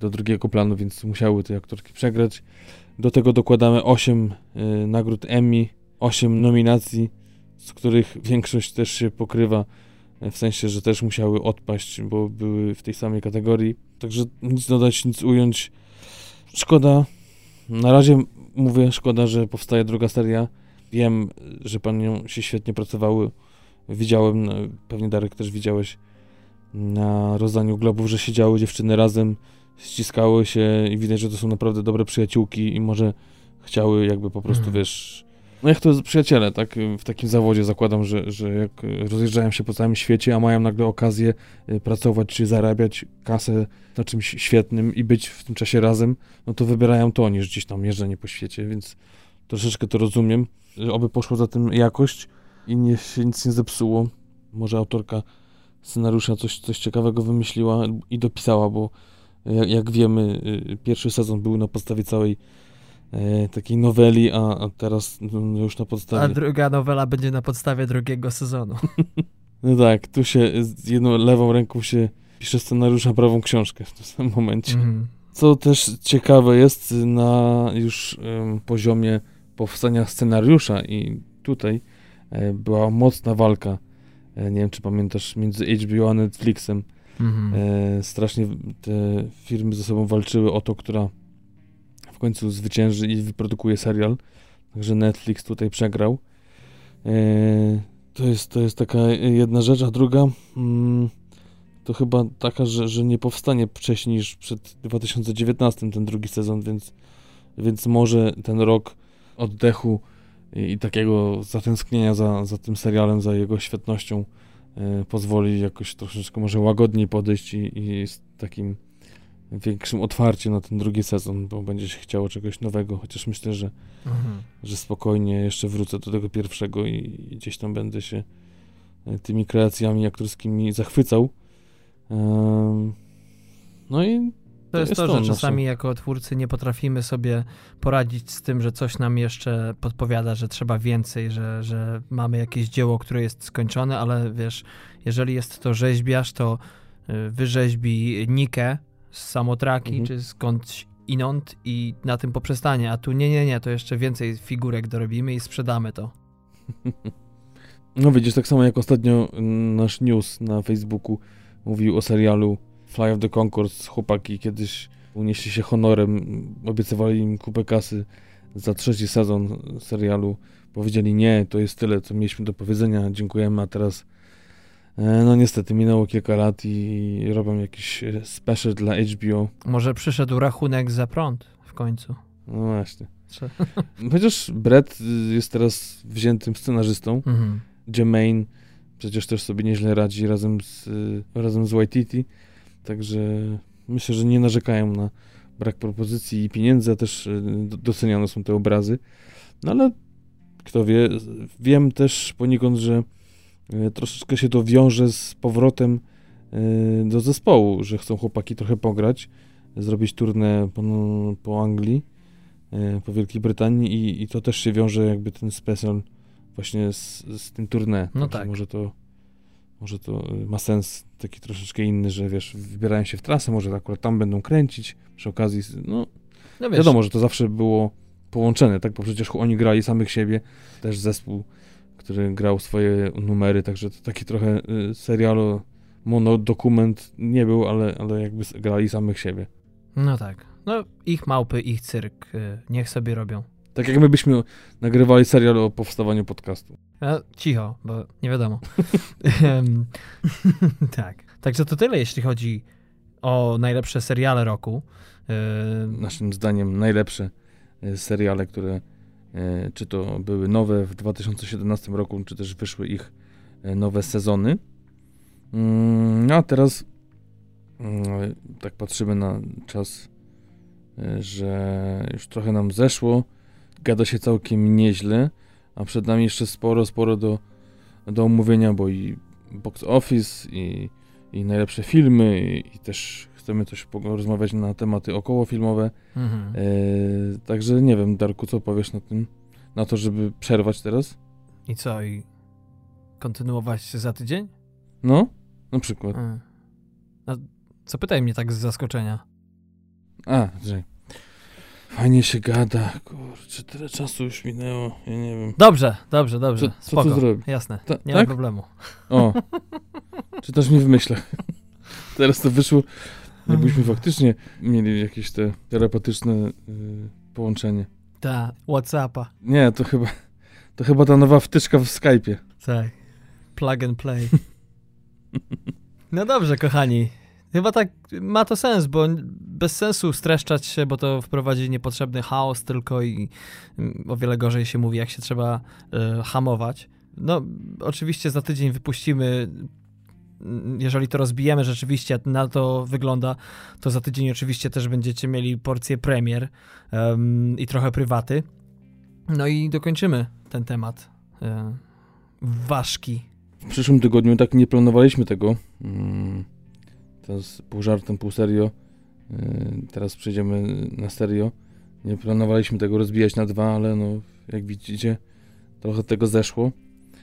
do drugiego planu, więc musiały te aktorki przegrać. Do tego dokładamy 8 nagród Emmy, 8 nominacji, z których większość też się pokrywa, w sensie, że też musiały odpaść, bo były w tej samej kategorii. Także nic dodać, nic ująć. Szkoda. Na razie mówię, szkoda, że powstaje druga seria. Wiem, że panią się świetnie pracowały. Widziałem, pewnie Darek też widziałeś na rozdaniu Globów, że siedziały dziewczyny razem, ściskały się i widać, że to są naprawdę dobre przyjaciółki i może chciały jakby po prostu, wiesz, no jak to jest przyjaciele, tak? W takim zawodzie zakładam, że jak rozjeżdżają się po całym świecie, a mają nagle okazję pracować czy zarabiać kasę na czymś świetnym i być w tym czasie razem, no to wybierają to niż gdzieś tam jeżdżenie po świecie, więc troszeczkę to rozumiem. Oby poszło za tym jakość i nie się nic nie zepsuło. Może autorka scenariusza coś ciekawego wymyśliła i dopisała, bo jak wiemy, pierwszy sezon był na podstawie całej takiej noweli, a teraz już na podstawie... A druga nowela będzie na podstawie drugiego sezonu. No tak, tu się z jedną lewą ręką się pisze scenariusz na prawą książkę w tym samym momencie. Co też ciekawe jest na już poziomie powstania scenariusza i tutaj była mocna walka, nie wiem czy pamiętasz, między HBO a Netflixem. Strasznie te firmy ze sobą walczyły o to, która w końcu zwycięży i wyprodukuje serial. Także Netflix tutaj przegrał. To jest taka jedna rzecz, a druga to chyba taka, że nie powstanie wcześniej niż przed 2019 ten drugi sezon, więc może ten rok oddechu i takiego zatęsknienia za tym serialem, za jego świetnością pozwoli jakoś troszeczkę może łagodniej podejść i z takim większym otwarciem na ten drugi sezon, bo będzie się chciało czegoś nowego, chociaż myślę, że spokojnie jeszcze wrócę do tego pierwszego i gdzieś tam będę się tymi kreacjami aktorskimi zachwycał. No i to jest to, że czasami jako twórcy nie potrafimy sobie poradzić z tym, że coś nam jeszcze podpowiada, że trzeba więcej, że mamy jakieś dzieło, które jest skończone, ale wiesz, jeżeli jest to rzeźbiarz, to wyrzeźbi Nikę z Samotraki, czy skądś inąd i na tym poprzestanie, a tu nie, to jeszcze więcej figurek dorobimy i sprzedamy to. No widzisz, tak samo jak ostatnio nasz news na Facebooku mówił o serialu Fly of the Conchords. Chłopaki kiedyś unieśli się honorem, obiecywali im kupę kasy za 3. sezon serialu. Powiedzieli nie, to jest tyle, co mieliśmy do powiedzenia, dziękujemy, a teraz no niestety minęło kilka lat i robią jakiś special dla HBO. Może przyszedł rachunek za prąd w końcu. No właśnie. Chociaż Brett jest teraz wziętym scenarzystą. Jermaine przecież też sobie nieźle radzi razem z Waititi. Także myślę, że nie narzekają na brak propozycji i pieniędzy, a też doceniane są te obrazy. No ale kto wie, wiem też poniekąd, że troszeczkę się to wiąże z powrotem do zespołu, że chcą chłopaki trochę pograć, zrobić tournée po Anglii, po Wielkiej Brytanii i to też się wiąże jakby ten special właśnie z tym tournée. No tak. Może to ma sens taki troszeczkę inny, że wiesz, wybierają się w trasę, może akurat tam będą kręcić, przy okazji, no wiesz, wiadomo, że to zawsze było połączone, tak, bo przecież oni grali samych siebie, też zespół, który grał swoje numery, także to taki trochę serial, monodokument nie był, ale jakby grali samych siebie. No tak, no ich małpy, ich cyrk, niech sobie robią. Tak jak my byśmy nagrywali serial o powstawaniu podcastu. Cicho, bo nie wiadomo. Tak. Także to tyle, jeśli chodzi o najlepsze seriale roku. Naszym zdaniem najlepsze seriale, które czy to były nowe w 2017 roku, czy też wyszły ich nowe sezony. No a teraz tak patrzymy na czas, że już trochę nam zeszło. Gada się całkiem nieźle, a przed nami jeszcze sporo do omówienia, bo i box office, i najlepsze filmy, i też chcemy też rozmawiać na tematy okołofilmowe. Także nie wiem, Darku, co powiesz na to, żeby przerwać teraz? I co, i kontynuować za tydzień? No, na przykład. A co pytaj mnie tak z zaskoczenia? Że fajnie się gada. Kurczę, tyle czasu już minęło. Ja nie wiem. Dobrze. Co tu zrobić? Jasne, nie tak? ma problemu. O, czytasz mi w myślach. Teraz to wyszło, jakbyśmy faktycznie mieli jakieś te telepatyczne połączenie. Tak, WhatsAppa. Nie, to chyba ta nowa wtyczka w Skype'ie. Tak, plug and play. No dobrze, kochani. Chyba tak ma to sens, bo bez sensu streszczać się, bo to wprowadzi niepotrzebny chaos tylko i o wiele gorzej się mówi, jak się trzeba hamować. No, oczywiście za tydzień wypuścimy, jeżeli to rozbijemy rzeczywiście, na to wygląda, to za tydzień oczywiście też będziecie mieli porcję premier i trochę prywaty. No i dokończymy ten temat ważki. W przyszłym tygodniu tak nie planowaliśmy tego. To jest pół żartem, pół serio. Teraz przejdziemy na serio. Nie planowaliśmy tego rozbijać na 2, ale no, jak widzicie, trochę tego zeszło.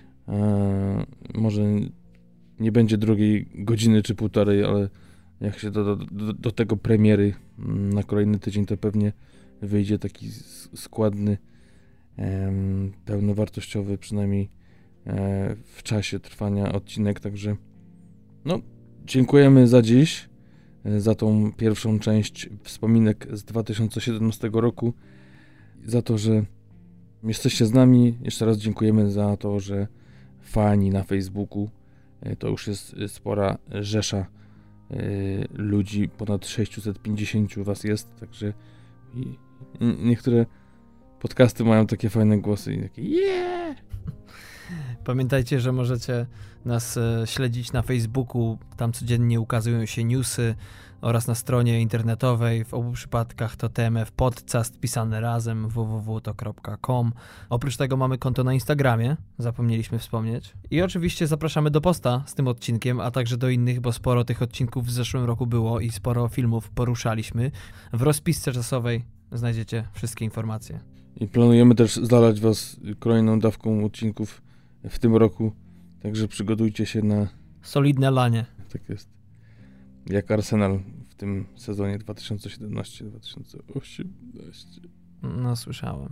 Może nie będzie drugiej godziny czy półtorej, ale jak się do tego premiery na kolejny tydzień, to pewnie wyjdzie taki składny, pełnowartościowy, przynajmniej w czasie trwania odcinek. Także no, dziękujemy za dziś, za tą pierwszą część wspominek z 2017 roku, za to, że jesteście z nami. Jeszcze raz dziękujemy za to, że fani na Facebooku, to już jest spora rzesza ludzi, ponad 650 was jest, także niektóre podcasty mają takie fajne głosy i takie yeah! Pamiętajcie, że możecie nas śledzić na Facebooku, tam codziennie ukazują się newsy oraz na stronie internetowej, w obu przypadkach to TMF Podcast pisane razem, www.to.com. Oprócz tego mamy konto na Instagramie, zapomnieliśmy wspomnieć. I oczywiście zapraszamy do posta z tym odcinkiem, a także do innych, bo sporo tych odcinków w zeszłym roku było i sporo filmów poruszaliśmy. W rozpisce czasowej znajdziecie wszystkie informacje. I planujemy też zalać was kolejną dawką odcinków w tym roku, także przygotujcie się na solidne lanie. Tak jest. Jak Arsenal w tym sezonie 2017-2018. No, słyszałem.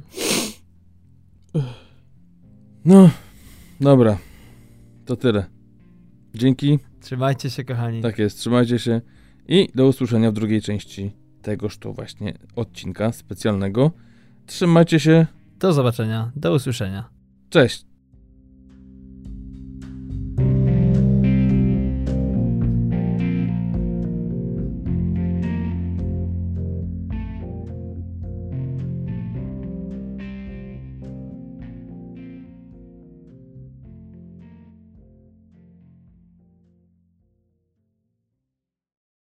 No, dobra. To tyle. Dzięki. Trzymajcie się, kochani. Tak jest, trzymajcie się i do usłyszenia w drugiej części tegoż to właśnie odcinka specjalnego. Trzymajcie się. Do zobaczenia, do usłyszenia. Cześć.